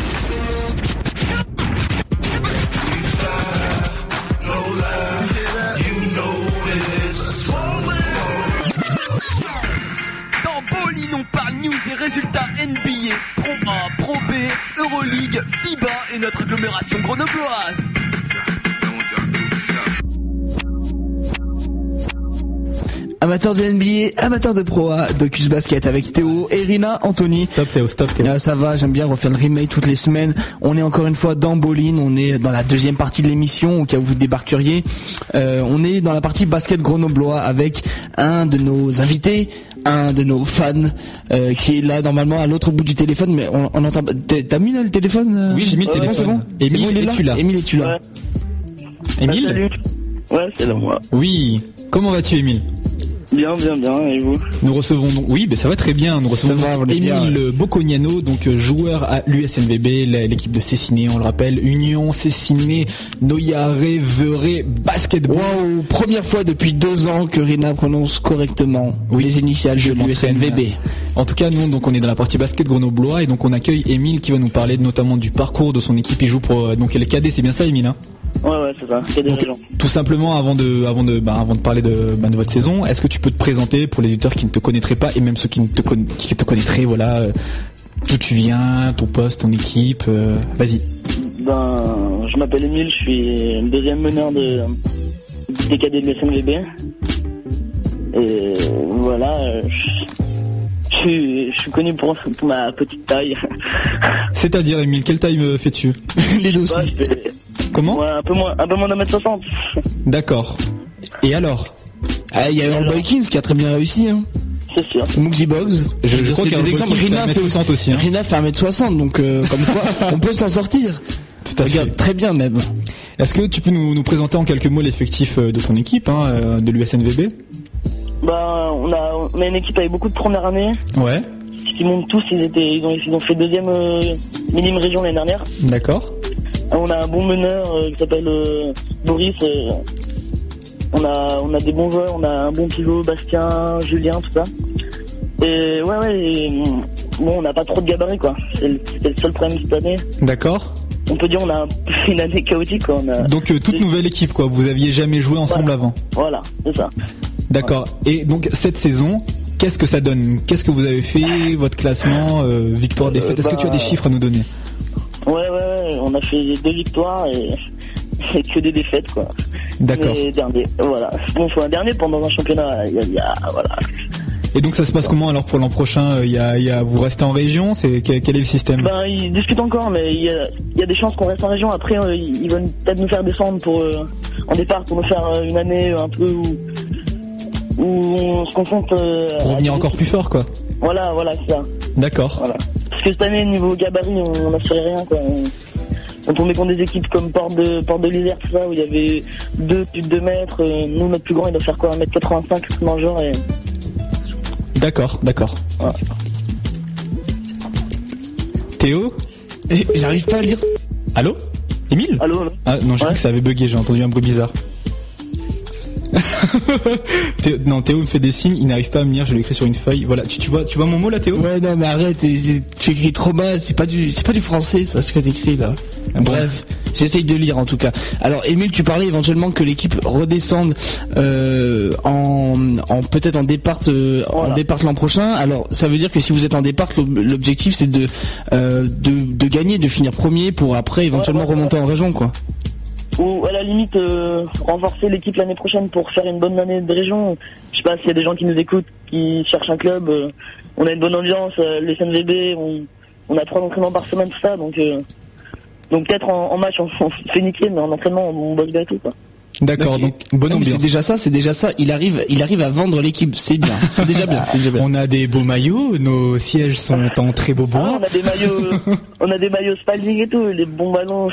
On parle news et résultats NBA, Pro A, Pro B, Euroleague, FIBA et notre agglomération grenobloise. Amateurs de NBA, amateurs de Pro A, Docus Basket avec Théo et Rina, Anthony. Stop Théo. Ça va, j'aime bien refaire le remake toutes les semaines. On est encore une fois dans Bolin, on est dans la deuxième partie de l'émission au cas où vous débarqueriez. On est dans la partie basket grenoblois avec un de nos invités, un de nos fans qui est là normalement à l'autre bout du téléphone, mais on entend. T'as mis là le téléphone Oui, j'ai mis le téléphone. C'est bon. Émile, es-tu là? Émile, es-tu là? Ouais. Émile? Salut. Ouais, c'est là moi. Oui. Comment vas-tu, Émile? Bien, et vous? Nous recevons donc, oui, ça va très bien. Nous recevons Émile Bocognano, donc joueur à l'USNVB, l'équipe de Cessiné, on le rappelle, Union Cessiné Noyare Verret Basketball. Wow, première fois depuis 2 ans que Rina prononce correctement les initiales de l'USNVB. En tout cas, nous, donc, on est dans la partie basket grenoblois et donc on accueille Émile qui va nous parler notamment du parcours de son équipe. Il joue pour donc les cadets, c'est bien ça, Émile, hein? Ouais, c'est ça. Donc, tout simplement, avant de parler de votre saison, est-ce que tu peux te présenter pour les auditeurs qui ne te connaîtraient pas et même ceux qui te connaîtraient, voilà, d'où tu viens, ton poste, ton équipe, vas-y. Je m'appelle Émile, je suis le deuxième meneur des cadets de l'USNVB. Et voilà, je suis connu pour ma petite taille. C'est-à-dire, Émile, quelle taille me fais-tu? Les deux aussi. Comment? Ouais, un peu moins d'1m60. D'accord. Et alors? Il y a Earl Boykins qui a très bien réussi, hein. C'est sûr. Mooksy Boggs. Je crois qu'il y a des exemples. Rina fait 1m60 aussi. Hein. Rina fait 1m60, donc comme quoi on peut s'en sortir. Regarde, très bien même. Est-ce que tu peux nous présenter en quelques mots l'effectif de ton équipe, hein, de l'USNVB? On a une équipe avec beaucoup de première année. Ouais. Qui montent tous, ils ont fait deuxième minime région l'année dernière. D'accord. On a un bon meneur qui s'appelle Boris. On a des bons joueurs, on a un bon pivot, Bastien, Julien, tout ça. Et bon, on n'a pas trop de gabarit, quoi. C'était le seul problème cette année. D'accord. On peut dire on a une année chaotique, quoi. Donc toute nouvelle équipe, quoi. Vous aviez jamais joué ensemble avant. Voilà, c'est ça. D'accord. Et donc cette saison, qu'est-ce que ça donne? Qu'est-ce que vous avez fait? Votre classement, victoire, défaite? Est-ce que tu as des chiffres à nous donner? Ouais, on a fait 2 victoires et que des défaites, quoi. D'accord. Les derniers, voilà. Bon, faut un dernier pendant un championnat, voilà. Et donc ça se passe comment alors pour l'an prochain? Vous restez en région? Quel est le système? Ils discutent encore, mais il y a des chances qu'on reste en région. Après, ils veulent peut-être nous faire descendre en départ pour nous faire une année un peu où on se confronte. Pour revenir encore plus fort, quoi. Voilà, c'est ça. D'accord. Voilà. Parce que cette année, niveau gabarit, on n'assurait rien, quoi. On tombait contre des équipes comme Porte de l'Isère, tout ça, où il y avait plus de 2 mètres. Nous, notre plus grand, il doit faire quoi, 1m85 dans le genre. Et... D'accord. Voilà. Théo? J'arrive pas à le dire. Allô? Émile? Allô? Ah non, j'ai cru que ça avait bugué, j'ai entendu un bruit bizarre. Théo me fait des signes, il n'arrive pas à me lire, je l'ai écrit sur une feuille. Voilà, tu vois mon mot là, Théo? Ouais, non mais arrête, tu écris trop mal, c'est pas du français ça, ce que t'écris là. Bref, j'essaye de lire en tout cas. Alors Émile, tu parlais éventuellement que l'équipe redescende en peut-être en départ en départ l'an prochain. Alors ça veut dire que si vous êtes en départ, l'objectif c'est de gagner, de finir premier pour après éventuellement remonter en région, quoi. Ou à la limite renforcer l'équipe l'année prochaine pour faire une bonne année de région. Je sais pas s'il y a des gens qui nous écoutent, qui cherchent un club. On a une bonne ambiance, les SNVB, on a 3 entraînements par semaine, tout ça. Donc peut-être en match on se fait niquer, mais en entraînement on bosse bien et tout, quoi. D'accord, donc bonne ambiance. C'est déjà ça. Il arrive à vendre l'équipe, c'est bien. C'est déjà bien. On a des beaux maillots, nos sièges sont en très beau bois. On a des maillots Spalding et tout, les bons ballons.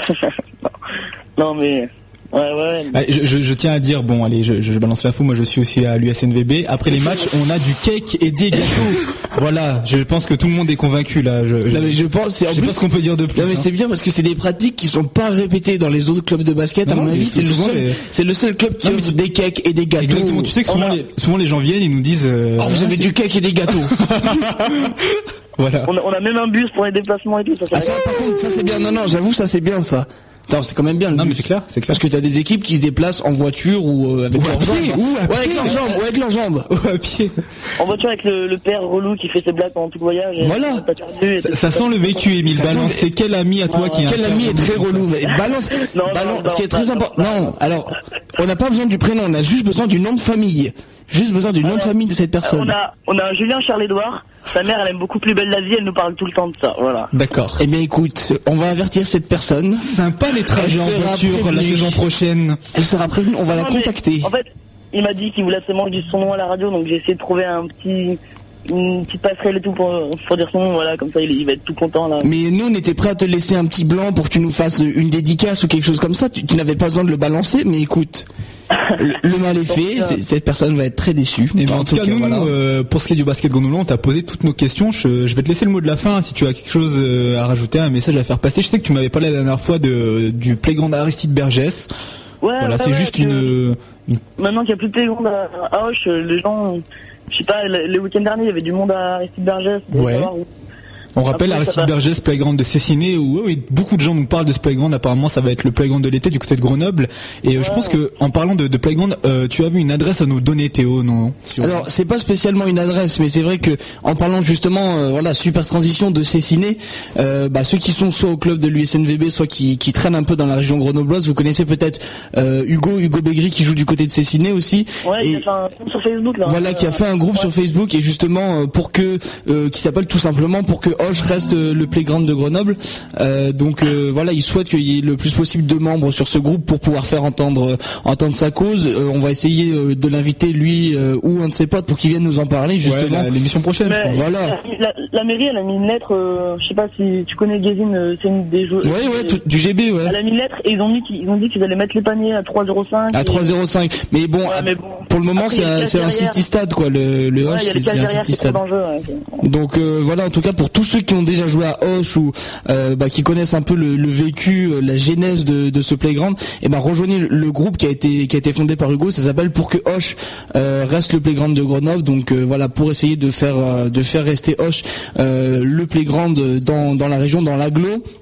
Non mais ouais. Je tiens à dire, bon allez, je balance l'info, moi je suis aussi à l'USNVB. Après les matchs, on a du cake et des gâteaux. Voilà, je pense que tout le monde est convaincu là. Non mais je pense, je sais pas ce qu'on peut dire de plus. Non mais c'est bien parce que c'est des pratiques qui sont pas répétées dans les autres clubs de basket. À mon avis, c'est le seul club qui offre des cakes et des gâteaux. Exactement. Tu sais que souvent les gens viennent et nous disent. Vous avez du cake et des gâteaux. Voilà. On a même un bus pour les déplacements et tout. Ça par contre, ça c'est bien. Non, j'avoue, ça c'est bien ça. Non, c'est quand même bien. Non, mais c'est clair. Parce que t'as des équipes qui se déplacent en voiture ou avec leurs jambes. Ou avec leurs jambes. Ou à pied. En voiture avec le père relou qui fait ses blagues pendant tout le voyage. Voilà. Ça sent le vécu, Émile. Balance. C'est quel ami à toi qui est quel ami est très relou? Balance. Ce qui est très important. Non, alors, on n'a pas besoin du prénom, on a juste besoin du nom de famille. Juste besoin du nom de famille de cette personne. On a un Julien Charles-Édouard. Sa mère, elle aime beaucoup Plus belle la vie, elle nous parle tout le temps de ça, voilà. D'accord. Eh bien écoute, on va avertir cette personne. Sympa les trajets en voiture la saison prochaine. Elle sera prévenue, on va la contacter. En fait, il m'a dit qu'il voulait absolument que je dise son nom à la radio, donc j'ai essayé de trouver une petite passerelle et tout pour dire son nom, voilà, comme ça il va être tout content là. Mais nous on était prêts à te laisser un petit blanc pour que tu nous fasses une dédicace ou quelque chose comme ça, tu n'avais pas besoin de le balancer, mais écoute, le mal est fait, cette personne va être très déçue. Mais en tout cas, nous, pour ce qui est du basket Grenoble, on t'a posé toutes nos questions, je vais te laisser le mot de la fin, si tu as quelque chose à rajouter, un message à faire passer. Je sais que tu m'avais parlé la dernière fois du playground Aristide Bergès. Ouais, voilà, c'est juste une... Maintenant qu'il n'y a plus de playground à Auch, les gens... Je sais pas, le week-end dernier, il y avait du monde à Aristide Bergès. Ouais. On rappelle Aristide Bergès, playground de Cessiné, où beaucoup de gens nous parlent de ce playground. Apparemment, ça va être le playground de l'été du côté de Grenoble. Et je pense que, en parlant de playground, tu avais une adresse à nous donner, Théo, non? Alors, c'est pas spécialement une adresse, mais c'est vrai que, en parlant justement, super transition de Cessiné, ceux qui sont soit au club de l'USNVB, soit qui traînent un peu dans la région grenobloise, vous connaissez peut-être Hugo Bégri qui joue du côté de Cessiné aussi. Ouais, qui a fait un groupe sur Facebook là. Voilà, qui a fait un groupe sur Facebook et justement pour que qui s'appelle tout simplement pour que Auch reste le playground de Grenoble. Voilà, il souhaite qu'il y ait le plus possible de membres sur ce groupe pour pouvoir faire entendre sa cause. On va essayer de l'inviter lui ou un de ses potes pour qu'il vienne nous en parler justement. Ouais, l'émission prochaine. Mais je pense. Voilà. La mairie, elle a mis une lettre. Je sais pas si tu connais Gézine, c'est une des joueurs. Ouais, du GB, ouais. Elle a mis une lettre et ils ont dit qu'ils allaient mettre les paniers à 3,05. À 3,05. Mais bon, pour le moment, après, c'est un City Stade quoi. Le Auch, c'est un City Stade. Donc voilà, en tout cas pour tous ceux qui ont déjà joué à Auch ou qui connaissent un peu le vécu, la genèse de ce playground, rejoignez le groupe qui a été fondé par Hugo. Ça s'appelle Pour que Auch reste le playground de Grenoble. Donc voilà, pour essayer de faire rester Auch le playground dans la région, dans l'agglo.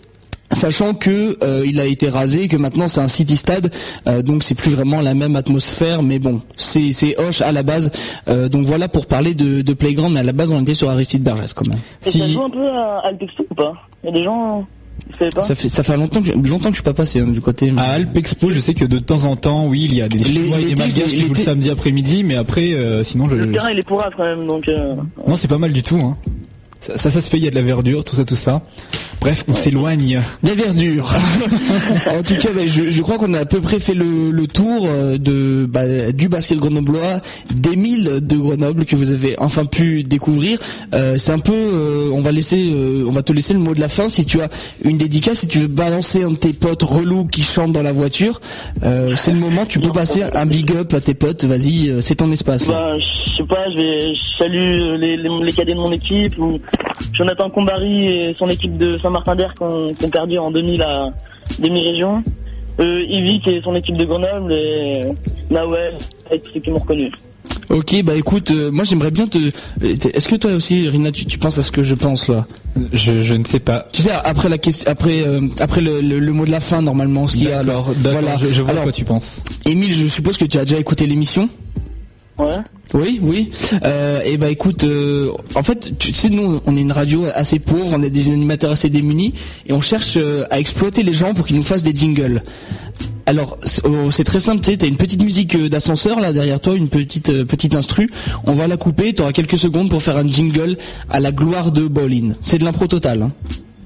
Sachant que il a été rasé, que maintenant c'est un city stade, donc c'est plus vraiment la même atmosphère, mais bon, c'est Hoche à la base. Donc voilà pour parler de Playground, mais à la base on était sur Aristide Bergès quand même. Et ça joue un peu à Alpexpo ou pas? Il y a des gens, vous savez pas? Ça fait longtemps que je suis pas passé du côté. À Alpexpo, je sais que de temps en temps, oui, il y a des Chinois et des Malgaches qui jouent le samedi après-midi, mais après, sinon le terrain il est pourrave quand même, donc. Non, c'est pas mal du tout, hein. Ça se fait, il y a de la verdure, tout ça. Bref, on s'éloigne. La verdure. En tout cas, je crois qu'on a à peu près fait le tour du basket grenoblois, des 1000 de Grenoble que vous avez enfin pu découvrir. C'est un peu, on va te laisser le mot de la fin. Si tu as une dédicace, si tu veux balancer un de tes potes relous qui chante dans la voiture, c'est le moment. Tu peux passer un big up à tes potes. Vas-y, c'est ton espace. Je sais pas, je salue les cadets de mon équipe, ou Jonathan Combari et son équipe de Saint-Martin-d'Air qu'on perdu en demi la demi-région. Yvick et son équipe de Grenoble, et Nawel, avec ceux qui m'ont reconnu. Ok, écoute, moi j'aimerais bien est-ce que toi aussi, Rina, tu penses à ce que je pense là? Je ne sais pas. Tu sais, après la question, après le mot de la fin normalement, ce qu'il y a alors. Voilà, je vois à quoi tu penses. Émile, je suppose que tu as déjà écouté l'émission. Ouais. Oui. Écoute, en fait, tu sais, nous, on est une radio assez pauvre, on est des animateurs assez démunis, et on cherche à exploiter les gens pour qu'ils nous fassent des jingles. Alors, c'est très simple, tu sais, t'as une petite musique d'ascenseur là derrière toi, une petite instru. On va la couper, t'auras quelques secondes pour faire un jingle à la gloire de Bolin. C'est de l'impro total. Hein.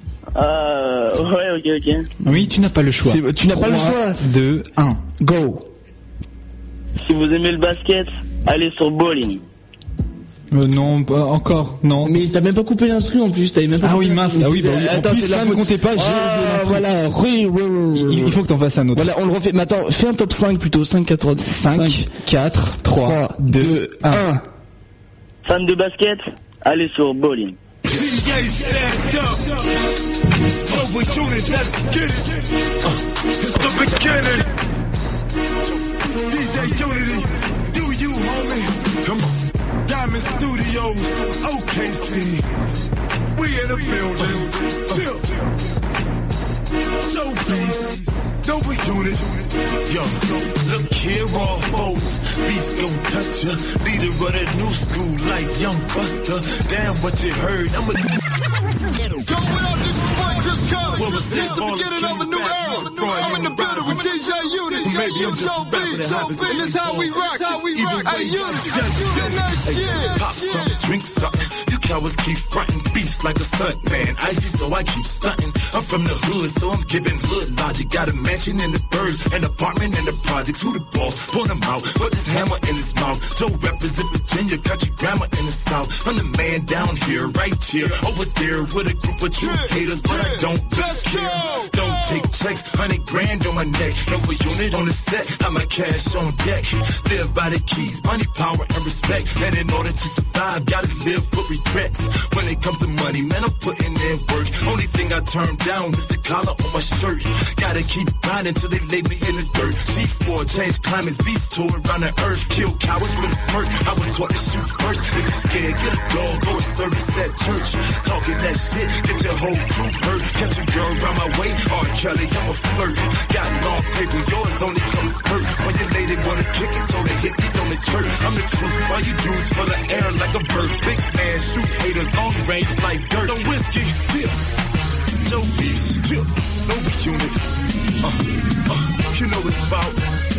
Ouais, ok. Oui, tu n'as pas le choix. Tu n'as pas le choix. 2, 1, go. Si vous aimez le basket, allez sur Bowling. Non, pas encore, non. Mais t'as même pas coupé l'instru en plus, t'avais même pas. Ah oui, mince, bah oui. Attends, en plus, ça ne comptait pas, j'ai l'instru. Voilà, il faut que t'en fasses un autre. Voilà, on le refait. Mais attends, fais un top 5 plutôt, 5, 4, 4, 3, 2, 1. Fan de basket, allez sur Bowling. DJ Unity, do you, homie? Come on. Diamond Studios, OKC. We in the building. Chill. Show please. Double unit. Yo, look here, all folks. Beast gon' touch ya. Leader of that new school like Young Buster. Damn what you heard. Yo, without disrespect, Chris Collins. Well, it's the beginning of a new era. I'm in the building with DJ Unit. Maybe I'm just Joe B. And this how we rock. Hey, Unit. Get that shit. Pop something, drink something. You cowards keep frontin'. Beast like a stunt man. Icy, so I keep stunting. I'm from the hood, so I'm giving hood logic. Got a mansion in the birds, an apartment in the projects. Who the boss? Pull him out. Put his hammer in his mouth. Joe represent Virginia, country grammar in the south. I'm the man down here, right here, over there with a group of true haters, but I don't care. Don't take checks, 100 grand on my neck. No unit on the set, have my cash on deck. Live by the keys, money, power, and respect. And in order to survive, gotta live with regrets. When it comes to money, man, I'm putting in work. Only thing I turn down is the collar on my shirt. Gotta keep grinding till they lay me in the dirt. G4, change climates, beast tour around the earth. Kill cowards with a smirk. I was taught to shoot first. If you scared, get a dog or a service at church. Talking that shit, get your whole crew hurt. Catch a girl around my way, R. Kelly, I'm a flirt. Got long paper, yours only comes first. When your lady wanna kick it, told her hit me on the church. I'm the truth, all you dudes full of air like a bird. Big man, shoot haters, long range like dirt. The whiskey, chill. Joe Beast, chill. No unit. You know it's about.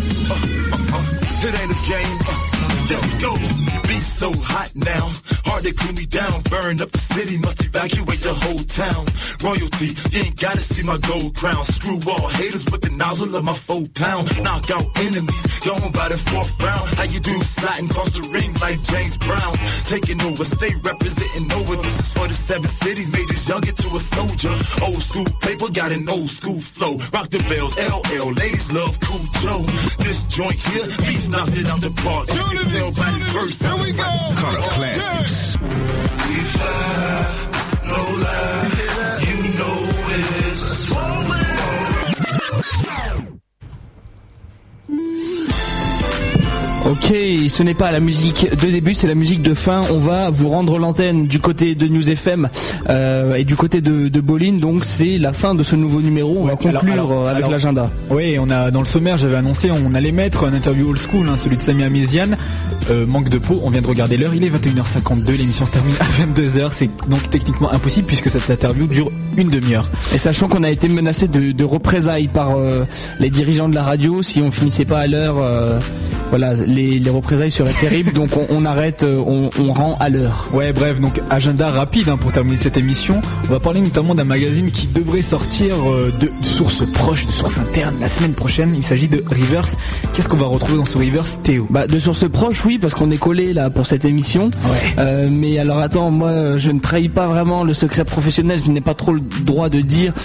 It ain't a game. Let's go. Be so hot now. Hard to cool me down. Burn up the city. Must evacuate the whole town. Royalty. You ain't gotta see my gold crown. Screw all haters with the nozzle of my 4 pound. Knock out enemies. Going by the 4th round. How you do sliding across the ring like James Brown. Taking over. Stay representing over. This is for the 7 cities. Made this young into a soldier. Old school paper. Got an old school flow. Rock the bells. LL. Ladies love Cool Joe. This joint here. Beast knocked it out the park. You can tell by this verse. Here we go. Kind of classics. We fly, no lie. You know it's Ok, Ok, ce n'est pas la musique de début, c'est la musique de fin. On va vous rendre l'antenne du côté de News FM et du côté de Bolin. Donc c'est la fin de ce nouveau numéro. On va conclure avec l'agenda. Oui, on a dans le sommaire, j'avais annoncé, on allait mettre un interview old school, celui de Sami Amézian. Manque de peau, on vient de regarder l'heure, il est 21h52, l'émission se termine à 22h, c'est donc techniquement impossible puisque cette interview dure une demi-heure. Et sachant qu'on a été menacé de représailles par les dirigeants de la radio si on finissait pas à l'heure, voilà, les représailles seraient terribles, donc on arrête, on rend à l'heure. Ouais, bref, donc agenda rapide pour terminer cette émission. On va parler notamment d'un magazine qui devrait sortir de sources proches, de sources internes la semaine prochaine. Il s'agit de Rivers. Qu'est-ce qu'on va retrouver dans ce Rivers, Théo? De sources proches, oui, parce qu'on est collé là pour cette émission. Ouais. Mais alors attends, moi je ne trahis pas vraiment le secret professionnel. Je n'ai pas trop le droit de dire,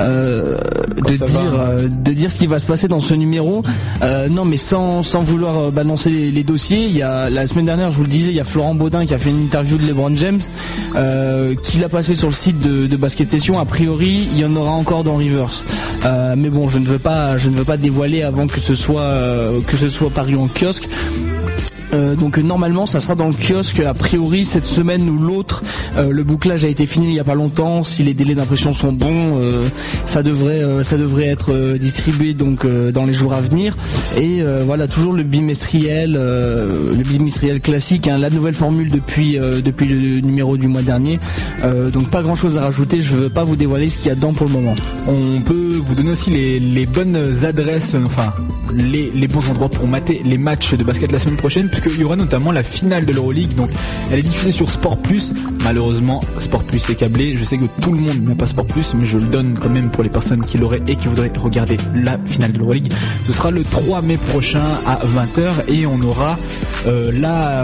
de dire ce qui va se passer dans ce numéro. Non, mais sans vouloir balancer les dossiers. Il y a la semaine dernière, je vous le disais, il y a Florent Baudin qui a fait une interview de LeBron James, qui l'a passé sur le site de Basket Session. A priori, il y en aura encore dans Rivers. Mais bon, je ne veux pas dévoiler avant que ce soit paru en kiosque. Donc normalement ça sera dans le kiosque a priori cette semaine ou l'autre. Le bouclage a été fini il y a pas longtemps. Si les délais d'impression sont bons, ça devrait être distribué donc dans les jours à venir. Et voilà, toujours le bimestriel classique, la nouvelle formule depuis le numéro du mois dernier. Donc pas grand chose à rajouter. Je veux pas vous dévoiler ce qu'il y a dedans pour le moment. On peut vous donner aussi les bonnes adresses, enfin les bons endroits pour mater les matchs de basket la semaine prochaine, puisqu'il y aura notamment la finale de l'Euroleague. Donc elle est diffusée sur Sport Plus. Malheureusement Sport Plus est câblé. Je sais que tout le monde n'a pas Sport Plus, mais je le donne quand même pour les personnes qui l'auraient et qui voudraient regarder la finale de l'Euroleague. Ce sera le 3 mai prochain à 20h et on aura la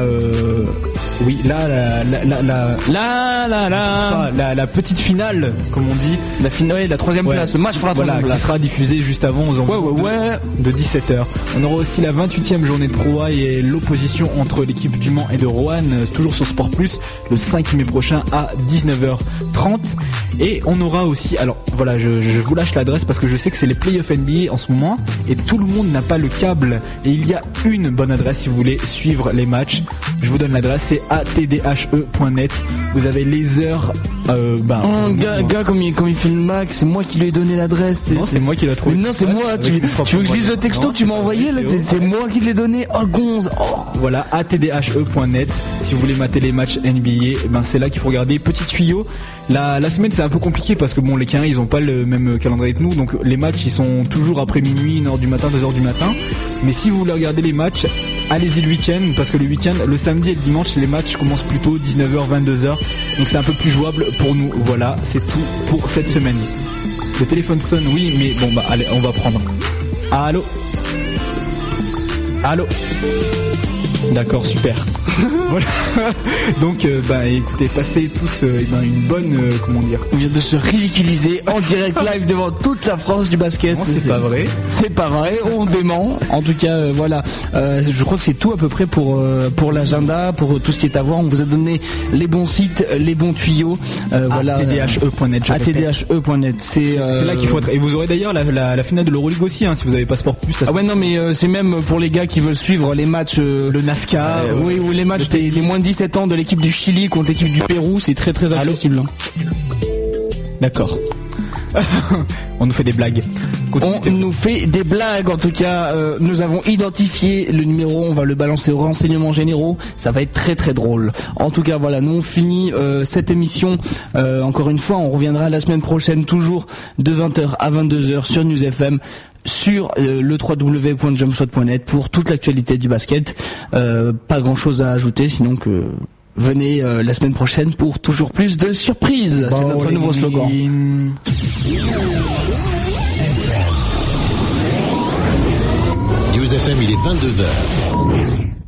petite finale, comme on dit, la finale, la troisième place, le match pour la troisième place, qui sera diffusé juste avant aux environs de 17h. On aura aussi la 28e journée de Pro A et l'opposition entre l'équipe du Mans et de Roanne, toujours sur Sport Plus, le 5 mai prochain à 19h30. Et on aura aussi, alors voilà, je vous lâche l'adresse parce que je sais que c'est les playoffs NBA en ce moment et tout le monde n'a pas le câble, et il y a une bonne adresse si vous voulez suivre les matchs. Je vous donne l'adresse, c'est atdhe.net. Vous avez les heures. Gars, comme il fait le Mac, c'est moi qui lui ai donné l'adresse. Non, c'est moi qui l'ai trouvé. Non, c'est moi. Tu veux que je dise le texto que tu m'as envoyé là? C'est moi qui l'ai donné. Oh gonze. Voilà, atdhe.net. Si vous voulez mater les matchs NBA, c'est là qu'il faut regarder. Petit tuyau. La semaine c'est un peu compliqué parce que les Canadiens ils ont pas le même calendrier que nous, donc les matchs ils sont toujours après minuit, 1h du matin, 2h du matin. Mais si vous voulez regarder les matchs, allez-y le week-end, parce que le samedi et le dimanche les matchs commencent plutôt 19h, 22h, donc c'est un peu plus jouable pour nous. Voilà, c'est tout pour cette semaine. Le téléphone sonne, oui, mais allez, on va prendre. Allô? D'accord, super. Voilà. Donc écoutez, passez tous une bonne On vient de se ridiculiser en direct live devant toute la France du basket. Non, c'est pas vrai. C'est pas vrai, on dément. En tout cas, voilà. Je crois que c'est tout à peu près pour l'agenda, pour tout ce qui est à voir. On vous a donné les bons sites, les bons tuyaux. Voilà. atdhe.net. atdhe.net. C'est là qu'il faut être. Et vous aurez d'ailleurs la finale de l'Euroleague aussi, si vous avez pas Sport Plus. Ah ouais, non, mais c'est même pour les gars qui veulent suivre les matchs, le NASCAR, oui, ou les matchs des moins de 17 ans de l'équipe du Chili contre l'équipe du Pérou, c'est très très accessible. D'accord. On nous fait des blagues. On nous fait des blagues, en tout cas. Nous avons identifié le numéro, on va le balancer aux renseignements généraux. Ça va être très très drôle. En tout cas, voilà, nous on finit cette émission. Encore une fois, on reviendra la semaine prochaine, toujours de 20h à 22h sur News FM, sur le www.jumpshot.net pour toute l'actualité du basket. Pas grand chose à ajouter, sinon que venez la semaine prochaine pour toujours plus de surprises. C'est notre nouveau slogan. News FM, il est 22h.